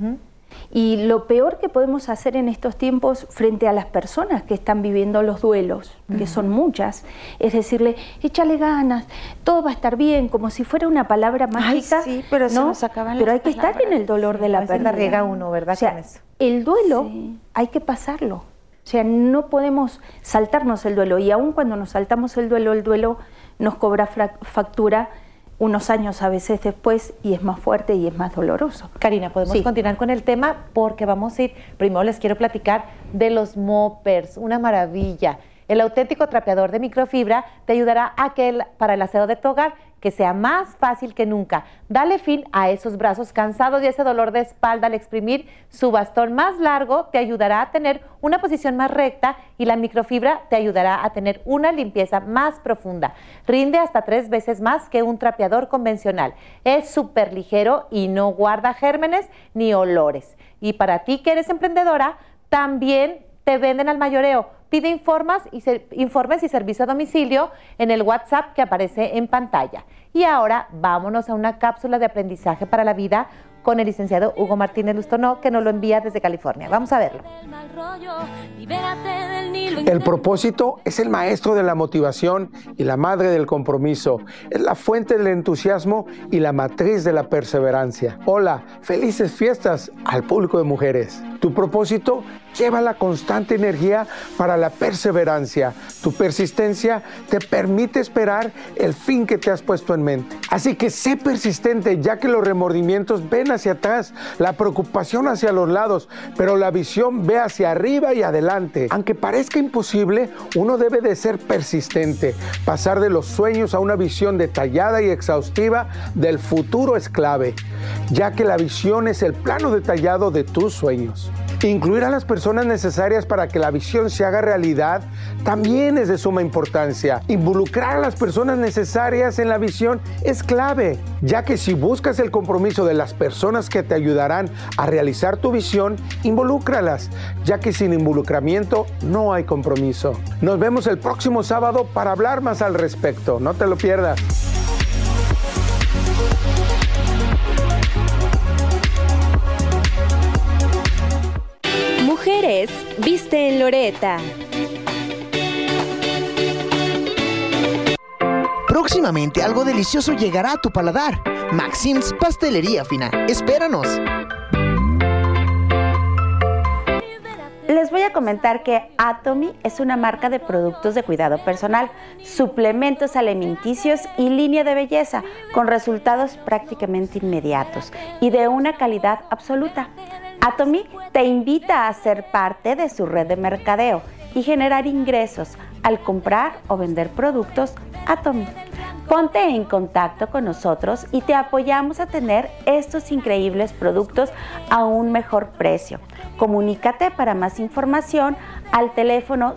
Y lo peor que podemos hacer en estos tiempos frente a las personas que están viviendo los duelos, que son muchas, es decirle, échale ganas, todo va a estar bien, como si fuera una palabra mágica. Ay, sí, pero se nos acaban pero las hay que palabras. estar en el dolor de la pérdida. La riega uno, ¿verdad? O sea, con eso. el duelo hay que pasarlo. O sea, no podemos saltarnos el duelo. Y aun cuando nos saltamos el duelo nos cobra factura unos años a veces después y es más fuerte y es más doloroso. Karina, podemos continuar con el tema porque vamos a ir, primero les quiero platicar de los moppers, una maravilla. El auténtico trapeador de microfibra te ayudará a que para el aseo de tu hogar que sea más fácil que nunca. Dale fin a esos brazos cansados y ese dolor de espalda al exprimir. Su bastón más largo te ayudará a tener una posición más recta y la microfibra te ayudará a tener una limpieza más profunda. Rinde hasta 3 veces más que un trapeador convencional. Es súper ligero y no guarda gérmenes ni olores. Y para ti que eres emprendedora, también te venden al mayoreo. Pide informes y servicio a domicilio en el WhatsApp que aparece en pantalla. Y ahora vámonos a una cápsula de aprendizaje para la vida con el licenciado Hugo Martínez Lustonó, que nos lo envía desde California. Vamos a verlo. El propósito es el maestro de la motivación y la madre del compromiso. Es la fuente del entusiasmo y la matriz de la perseverancia. Hola, felices fiestas al público de mujeres. Tu propósito lleva la constante energía para la perseverancia. Tu persistencia te permite esperar el fin que te has puesto en mente. Así que sé persistente, ya que los remordimientos ven hacia atrás, la preocupación hacia los lados, pero la visión ve hacia arriba y adelante. Aunque parezca imposible, uno debe de ser persistente. Pasar de los sueños a una visión detallada y exhaustiva del futuro es clave, ya que la visión es el plano detallado de tus sueños. Incluir a las personas necesarias para que la visión se haga realidad también es de suma importancia. Involucrar a las personas necesarias en la visión es clave, ya que si buscas el compromiso de las personas que te ayudarán a realizar tu visión, involúcralas, ya que sin involucramiento no hay compromiso. Nos vemos el próximo sábado para hablar más al respecto. No te lo pierdas. Mujeres, viste en Loreto. Próximamente algo delicioso llegará a tu paladar. Maxim's Pastelería Fina. Espéranos. Les voy a comentar que Atomy es una marca de productos de cuidado personal, suplementos alimenticios y línea de belleza con resultados prácticamente inmediatos y de una calidad absoluta. Atomy te invita a ser parte de su red de mercadeo y generar ingresos al comprar o vender productos Atomy. Ponte en contacto con nosotros y te apoyamos a tener estos increíbles productos a un mejor precio. Comunícate para más información al teléfono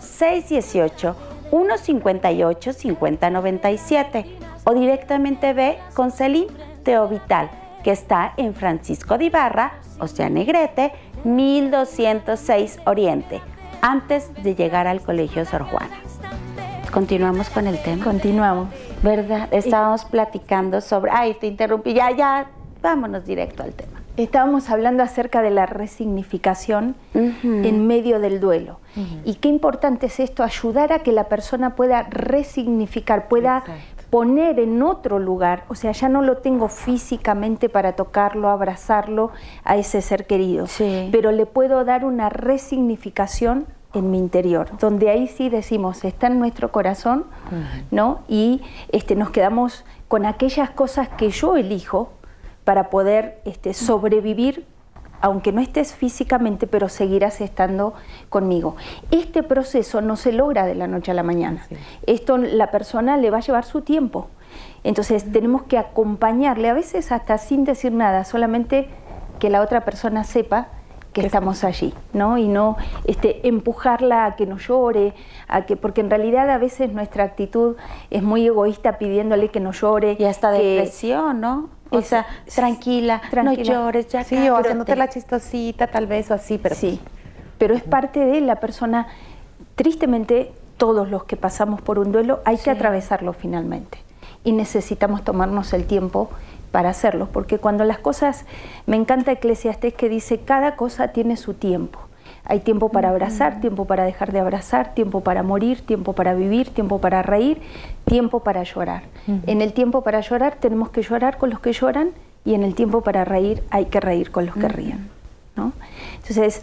618-158-5097 o directamente ve con Celine Teovital, que está en Francisco de Ibarra, o sea, Negrete, 1206 Oriente, antes de llegar al Colegio Sor Juana. Continuamos con el tema. Continuamos. ¿Verdad? Estábamos platicando sobre... Ay, te interrumpí. Ya, vámonos directo al tema. Estábamos hablando acerca de la resignificación en medio del duelo. Y qué importante es esto, ayudar a que la persona pueda resignificar, pueda poner en otro lugar, o sea, ya no lo tengo físicamente para tocarlo, abrazarlo a ese ser querido, pero le puedo dar una resignificación en mi interior, donde ahí sí decimos, está en nuestro corazón, ¿no? Y nos quedamos con aquellas cosas que yo elijo para poder sobrevivir, aunque no estés físicamente, pero seguirás estando conmigo. Este proceso no se logra de la noche a la mañana. Esto la persona le va a llevar su tiempo. Entonces tenemos que acompañarle, a veces hasta sin decir nada, solamente que la otra persona sepa que estamos allí, ¿no? Y no empujarla a que no llore, porque en realidad a veces nuestra actitud es muy egoísta pidiéndole que no llore. Y hasta depresión, ¿no? O sea, tranquila, no llores, ya. Sí, o haciéndote la chistosita tal vez o así, pero... Sí, pero es parte de la persona. Tristemente, todos los que pasamos por un duelo hay que atravesarlo finalmente. Y necesitamos tomarnos el tiempo para hacerlo, porque cuando las cosas, me encanta Eclesiastés que dice, cada cosa tiene su tiempo. Hay tiempo para abrazar, tiempo para dejar de abrazar, tiempo para morir, tiempo para vivir, tiempo para reír, tiempo para llorar. En el tiempo para llorar tenemos que llorar con los que lloran y en el tiempo para reír hay que reír con los que ríen, ¿no? Entonces,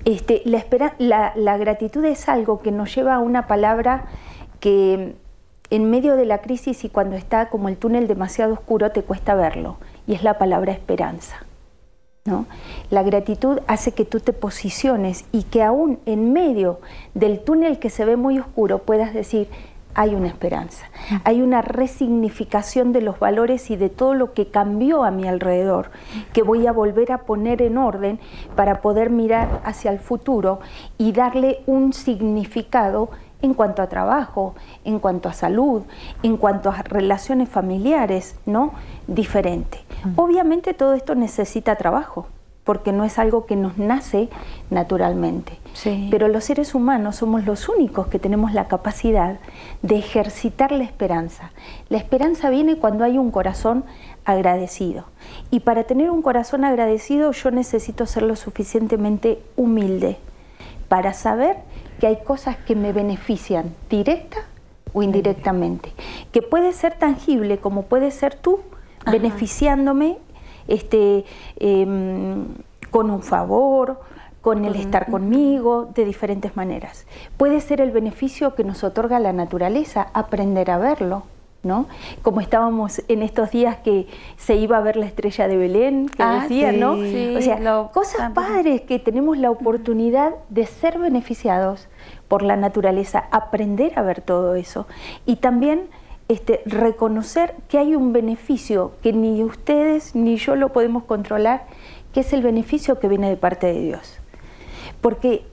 la gratitud es algo que nos lleva a una palabra que en medio de la crisis y cuando está como el túnel demasiado oscuro te cuesta verlo, y es la palabra esperanza, ¿no? La gratitud hace que tú te posiciones y que aún en medio del túnel que se ve muy oscuro puedas decir, hay una esperanza, hay una resignificación de los valores y de todo lo que cambió a mi alrededor, que voy a volver a poner en orden para poder mirar hacia el futuro y darle un significado en cuanto a trabajo, en cuanto a salud, en cuanto a relaciones familiares, ¿no? Diferente. Obviamente todo esto necesita trabajo, porque no es algo que nos nace naturalmente. Pero los seres humanos somos los únicos que tenemos la capacidad de ejercitar la esperanza. La esperanza viene cuando hay un corazón agradecido. Y para tener un corazón agradecido yo necesito ser lo suficientemente humilde para saber que hay cosas que me benefician directa o indirectamente, que puede ser tangible como puede ser tú beneficiándome con un favor, con el estar conmigo, de diferentes maneras. Puede ser el beneficio que nos otorga la naturaleza, aprender a verlo, ¿no? Como estábamos en estos días que se iba a ver la estrella de Belén, que decía, ¿no? O sea, cosas padres que tenemos la oportunidad de ser beneficiados por la naturaleza, aprender a ver todo eso y también reconocer que hay un beneficio que ni ustedes ni yo lo podemos controlar, que es el beneficio que viene de parte de Dios. Porque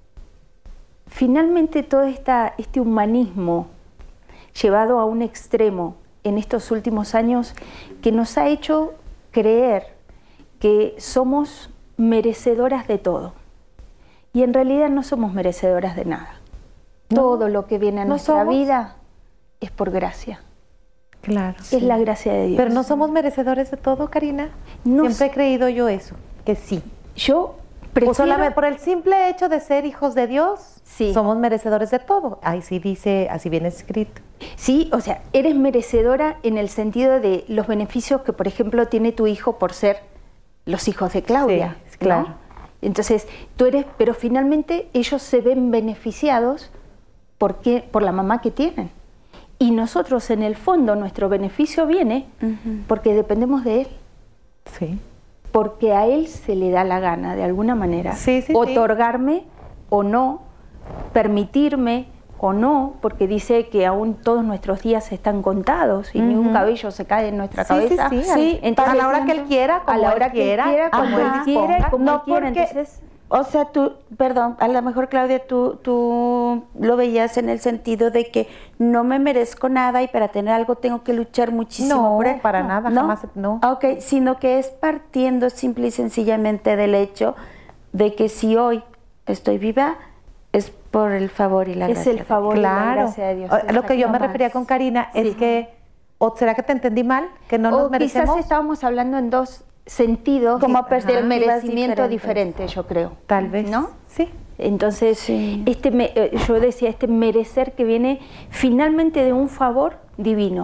finalmente todo este humanismo llevado a un extremo en estos últimos años que nos ha hecho creer que somos merecedoras de todo. Y en realidad no somos merecedoras de nada. Todo lo que viene a nuestra vida es por gracia. Claro. Es la gracia de Dios. Pero no somos merecedores de todo, Karina. Siempre he creído yo eso, que sí. Yo prefiero... solamente por el simple hecho de ser hijos de Dios, somos merecedores de todo. Ahí sí dice, así viene escrito. Sí, o sea, eres merecedora en el sentido de los beneficios que, por ejemplo, tiene tu hijo por ser los hijos de Claudia. Sí, claro. ¿no? Entonces, tú eres, pero finalmente ellos se ven beneficiados por la mamá que tienen. Y nosotros, en el fondo, nuestro beneficio viene porque dependemos de él. Sí. Porque a él se le da la gana, de alguna manera, otorgarme o no, permitirme o no, porque dice que aún todos nuestros días están contados y ni un cabello se cae en nuestra cabeza. Entonces, a la hora que él quiera, como a la hora él quiera, que quiera, como él quiera, como él quiera. Entonces, o sea, tú, perdón, a lo mejor, Claudia, tú lo veías en el sentido de que no me merezco nada y para tener algo tengo que luchar muchísimo por él. Para nada, jamás, no. Ok, sino que es partiendo simple y sencillamente del hecho de que si hoy estoy viva es por el favor y la gracia. Es el favor y la gracia de Dios. Lo que yo me refería con Karina es que, ¿o será que te entendí mal? Que no nos merecemos. Quizás estábamos hablando en dos sentidos como del merecimiento diferente, yo creo. Tal vez. ¿No? Sí. Entonces, yo decía, merecer que viene finalmente de un favor divino,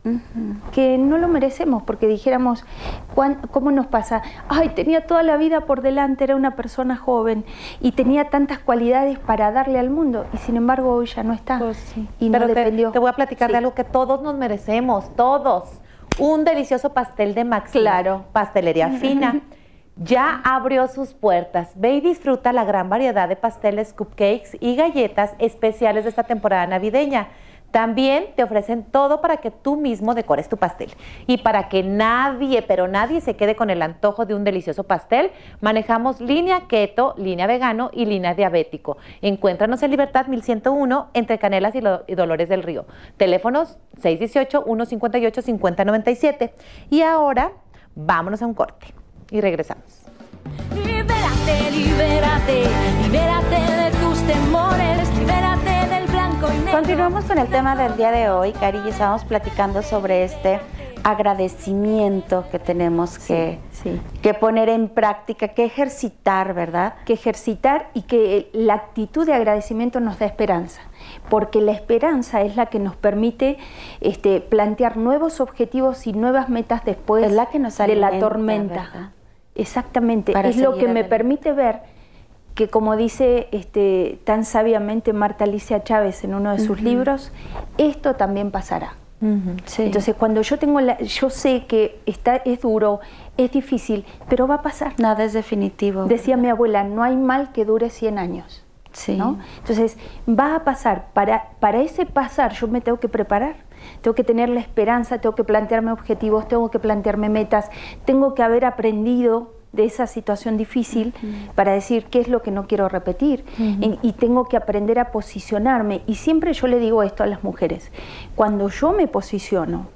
que no lo merecemos, porque dijéramos, ¿cómo nos pasa? Ay, tenía toda la vida por delante, era una persona joven y tenía tantas cualidades para darle al mundo y sin embargo hoy ya no está. Pues sí. Y pero no dependió. te voy a platicar de algo que todos nos merecemos, todos. Un delicioso pastel de Maxim. Claro. Pastelería Fina. Ya abrió sus puertas. Ve y disfruta la gran variedad de pasteles, cupcakes y galletas especiales de esta temporada navideña. También te ofrecen todo para que tú mismo decores tu pastel. Y para que nadie, pero nadie se quede con el antojo de un delicioso pastel, manejamos línea keto, línea vegano y línea diabético. Encuéntranos en Libertad 1101 entre Canelas y Dolores del Río. Teléfonos 618-158-5097. Y ahora, vámonos a un corte y regresamos. Libérate, libérate, libérate de tus temores, libérate del blanco y negro. Continuamos con el tema del día de hoy, Cari, y estábamos platicando sobre este agradecimiento que tenemos que poner en práctica, que ejercitar, ¿verdad? Que ejercitar y que la actitud de agradecimiento nos da esperanza, porque la esperanza es la que nos permite plantear nuevos objetivos y nuevas metas después es la que nos de la alimenta, tormenta. ¿verdad? Exactamente, Para es lo que seguir me adelante. permite ver que, como dice tan sabiamente Marta Alicia Chávez en uno de sus libros, esto también pasará. Sí. Entonces, cuando yo tengo yo sé que es duro, es difícil, pero va a pasar. Nada es definitivo. Decía mi abuela, no hay mal que dure 100 años. Sí. ¿No? Entonces, va a pasar. Para ese pasar yo me tengo que preparar. Tengo que tener la esperanza, tengo que plantearme objetivos, tengo que plantearme metas, tengo que haber aprendido de esa situación difícil para decir qué es lo que no quiero repetir y tengo que aprender a posicionarme. Y siempre yo le digo esto a las mujeres, cuando yo me posiciono,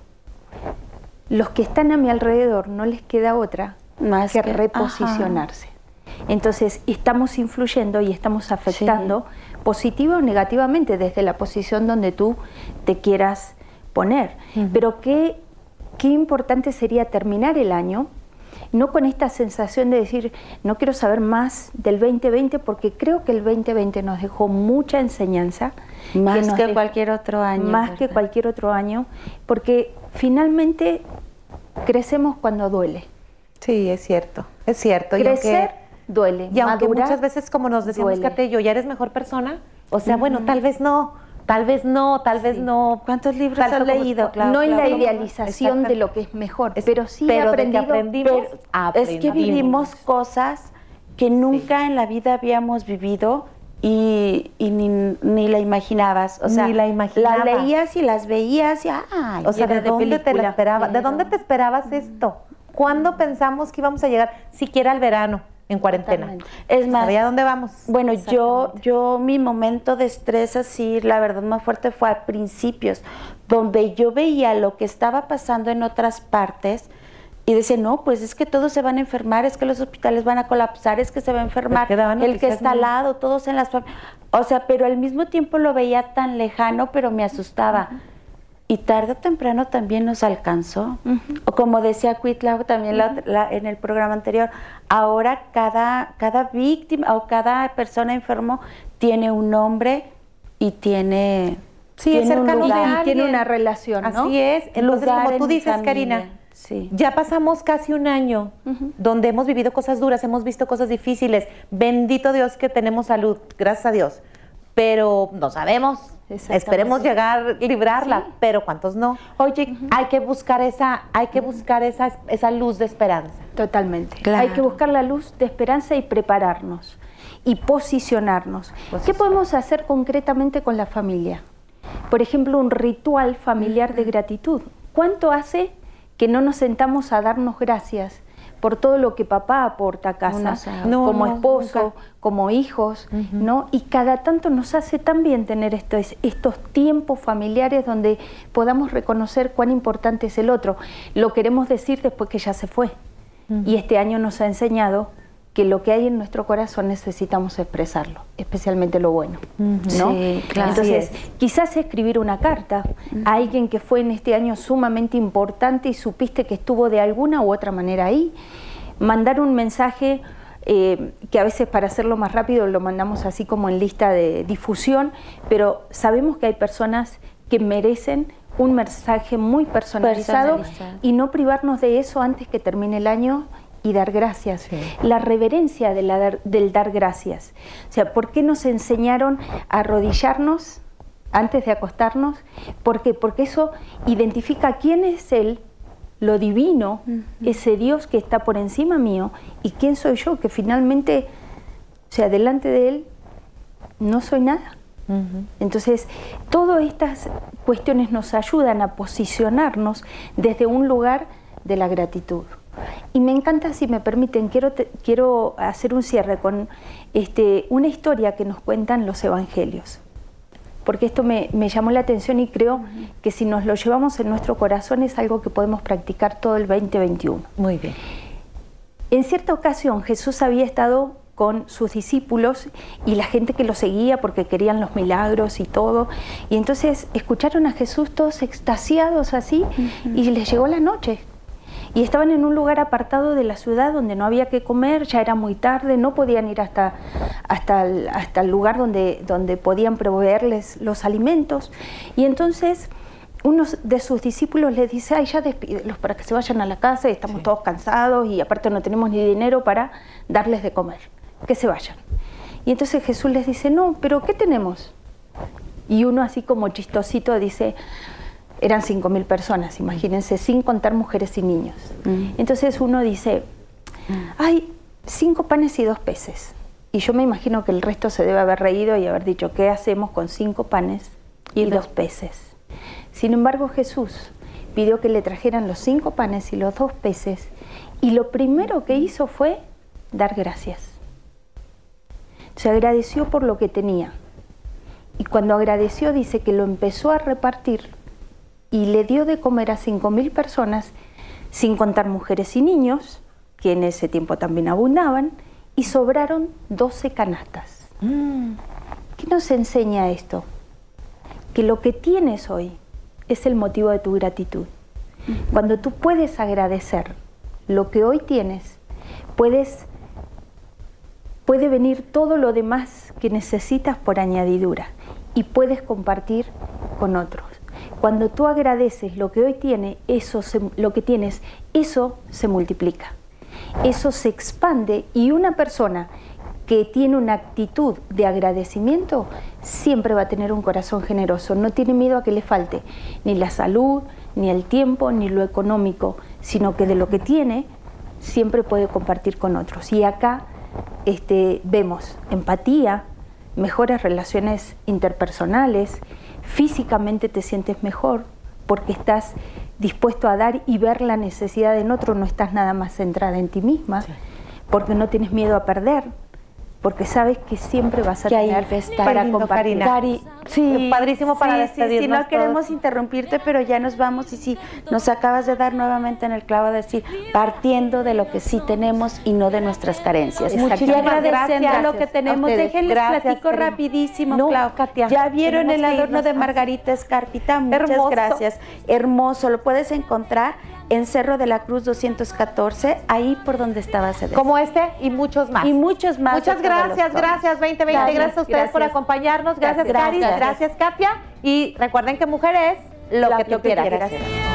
los que están a mi alrededor no les queda otra Más que que- reposicionarse. Entonces estamos influyendo y estamos afectando positiva o negativamente desde la posición donde tú te quieras poner. Pero qué importante sería terminar el año no con esta sensación de decir no quiero saber más del 2020, porque creo que el 2020 nos dejó mucha enseñanza. Más nos que dejó- cualquier otro año. Más que ¿verdad? cualquier otro año, porque finalmente crecemos cuando duele. Sí, es cierto, es cierto. Crecer duele, Y aunque madurar muchas veces, como nos decíamos, duele. Kate y yo, ¿ya eres mejor persona? O sea, bueno, tal vez no, tal vez no, tal vez no. ¿Cuántos libros Tanto has como- leído? claro, no en claro, la como- idealización de lo que es mejor, pero sí pero he de que aprendido. aprendimos, Es que vivimos cosas que nunca en la vida habíamos vivido y ni la imaginabas. O sea, Ni la imaginabas. las leías y las veías y ¡ay! O sea, Era ¿de de dónde te la película, esperabas? ¿De pero- dónde te esperabas esto? ¿Cuándo pensamos que íbamos a llegar siquiera al verano en cuarentena? Totalmente. Es más, ¿Sabía dónde vamos? bueno, yo mi momento de estrés así, la verdad más fuerte fue a principios, donde yo veía lo que estaba pasando en otras partes y decía, no, pues es que todos se van a enfermar, es que los hospitales van a colapsar, es que se va a enfermar, Es que daban el que noticias está al muy- lado, todos en las... O sea, pero al mismo tiempo lo veía tan lejano, pero me asustaba. Y tarde o temprano también nos alcanzó. O como decía Cuitla también en el programa anterior, ahora cada víctima o cada persona enfermo tiene un nombre y tiene, Sí, es tiene un cercano de lugar. alguien. Tiene una relación, ¿no? Así es. Entonces, Lugar como en tú mi dices, familia. Karina, Sí. ya pasamos casi un año donde hemos vivido cosas duras, hemos visto cosas difíciles. Bendito Dios que tenemos salud, gracias a Dios. Pero no sabemos. Exactamente. Esperemos llegar, librarla, pero ¿cuántos no? Oye, Hay que buscar esa luz de esperanza. Totalmente. Claro. Hay que buscar la luz de esperanza y prepararnos y posicionarnos. ¿Qué podemos hacer concretamente con la familia? Por ejemplo, un ritual familiar de gratitud. ¿Cuánto hace que no nos sentamos a darnos gracias por todo lo que papá aporta a casa, No sabe. No, como no, esposo, nunca. como hijos, ¿no? Y cada tanto nos hace tan bien tener estos tiempos familiares donde podamos reconocer cuán importante es el otro. Lo queremos decir después que ya se fue. Y este año nos ha enseñado que lo que hay en nuestro corazón necesitamos expresarlo, especialmente lo bueno, ¿no? Sí, claro. Entonces, Así quizás escribir una carta a alguien que fue en este año sumamente importante y supiste que estuvo de alguna u otra manera ahí, mandar un mensaje que a veces para hacerlo más rápido lo mandamos así como en lista de difusión, pero sabemos que hay personas que merecen un mensaje muy personalizado y no privarnos de eso antes que termine el año y dar gracias. Sí. La reverencia del dar gracias. O sea, ¿por qué nos enseñaron a arrodillarnos antes de acostarnos? ¿Por qué? Porque eso identifica quién es Él, lo divino, ese Dios que está por encima mío, y quién soy yo, que finalmente, o sea, delante de Él no soy nada. Entonces, todas estas cuestiones nos ayudan a posicionarnos desde un lugar de la gratitud. Y me encanta, si me permiten, quiero hacer un cierre con una historia que nos cuentan los evangelios, porque esto me llamó la atención y creo que si nos lo llevamos en nuestro corazón es algo que podemos practicar todo el 2021. Muy bien. En cierta ocasión Jesús había estado con sus discípulos y la gente que lo seguía porque querían los milagros y todo, y entonces escucharon a Jesús todos extasiados así, y les llegó la noche. Y estaban en un lugar apartado de la ciudad donde no había que comer, ya era muy tarde, no podían ir hasta el lugar donde podían proveerles los alimentos. Y entonces uno de sus discípulos les dice: ay, ya despídelos para que se vayan a la casa, y estamos todos cansados y aparte no tenemos ni dinero para darles de comer, que se vayan. Y entonces Jesús les dice: no, pero ¿qué tenemos? Y uno así como chistosito dice: eran 5.000 personas, imagínense, sin contar mujeres y niños. Entonces uno dice: hay 5 panes y 2 peces. Y yo me imagino que el resto se debe haber reído y haber dicho: ¿qué hacemos con 5 panes y 2 peces? Sin embargo, Jesús pidió que le trajeran los 5 panes y los 2 peces, y lo primero que hizo fue dar gracias. Se agradeció por lo que tenía. Y cuando agradeció, dice que lo empezó a repartir y le dio de comer a 5.000 personas, sin contar mujeres y niños, que en ese tiempo también abundaban, y sobraron 12 canastas. ¿Qué nos enseña esto? Que lo que tienes hoy es el motivo de tu gratitud. Cuando tú puedes agradecer lo que hoy tienes, puede venir todo lo demás que necesitas por añadidura y puedes compartir con otros. Cuando tú agradeces lo que hoy tienes, lo que tienes, eso se multiplica, eso se expande, y una persona que tiene una actitud de agradecimiento siempre va a tener un corazón generoso, no tiene miedo a que le falte ni la salud, ni el tiempo, ni lo económico, sino que de lo que tiene siempre puede compartir con otros. Y acá vemos empatía, mejores relaciones interpersonales, físicamente te sientes mejor porque estás dispuesto a dar y ver la necesidad en otro, no estás nada más centrada en ti misma, porque no tienes miedo a perder, porque sabes que siempre vas a tener para compartir. Cari, sí, padrísimo para despedirnos. Sí, no queremos interrumpirte, pero ya nos vamos, y sí, nos acabas de dar nuevamente en el clavo de decir, partiendo de lo que sí tenemos y no de nuestras carencias. Muchísimas agradeciendo gracias lo que tenemos. Déjenles platico rapidísimo, no, Clau. Katia, ya vieron el adorno de Margarita Escarpita, muchas gracias. Hermoso, lo puedes encontrar en Cerro de la Cruz 214, ahí por donde estaba Cedés. Como y muchos más. Y muchos más. Muchas gracias, gracias 2020, gracias a ustedes por acompañarnos, gracias Cari, gracias Katia, y recuerden que mujer es lo que tú quieras.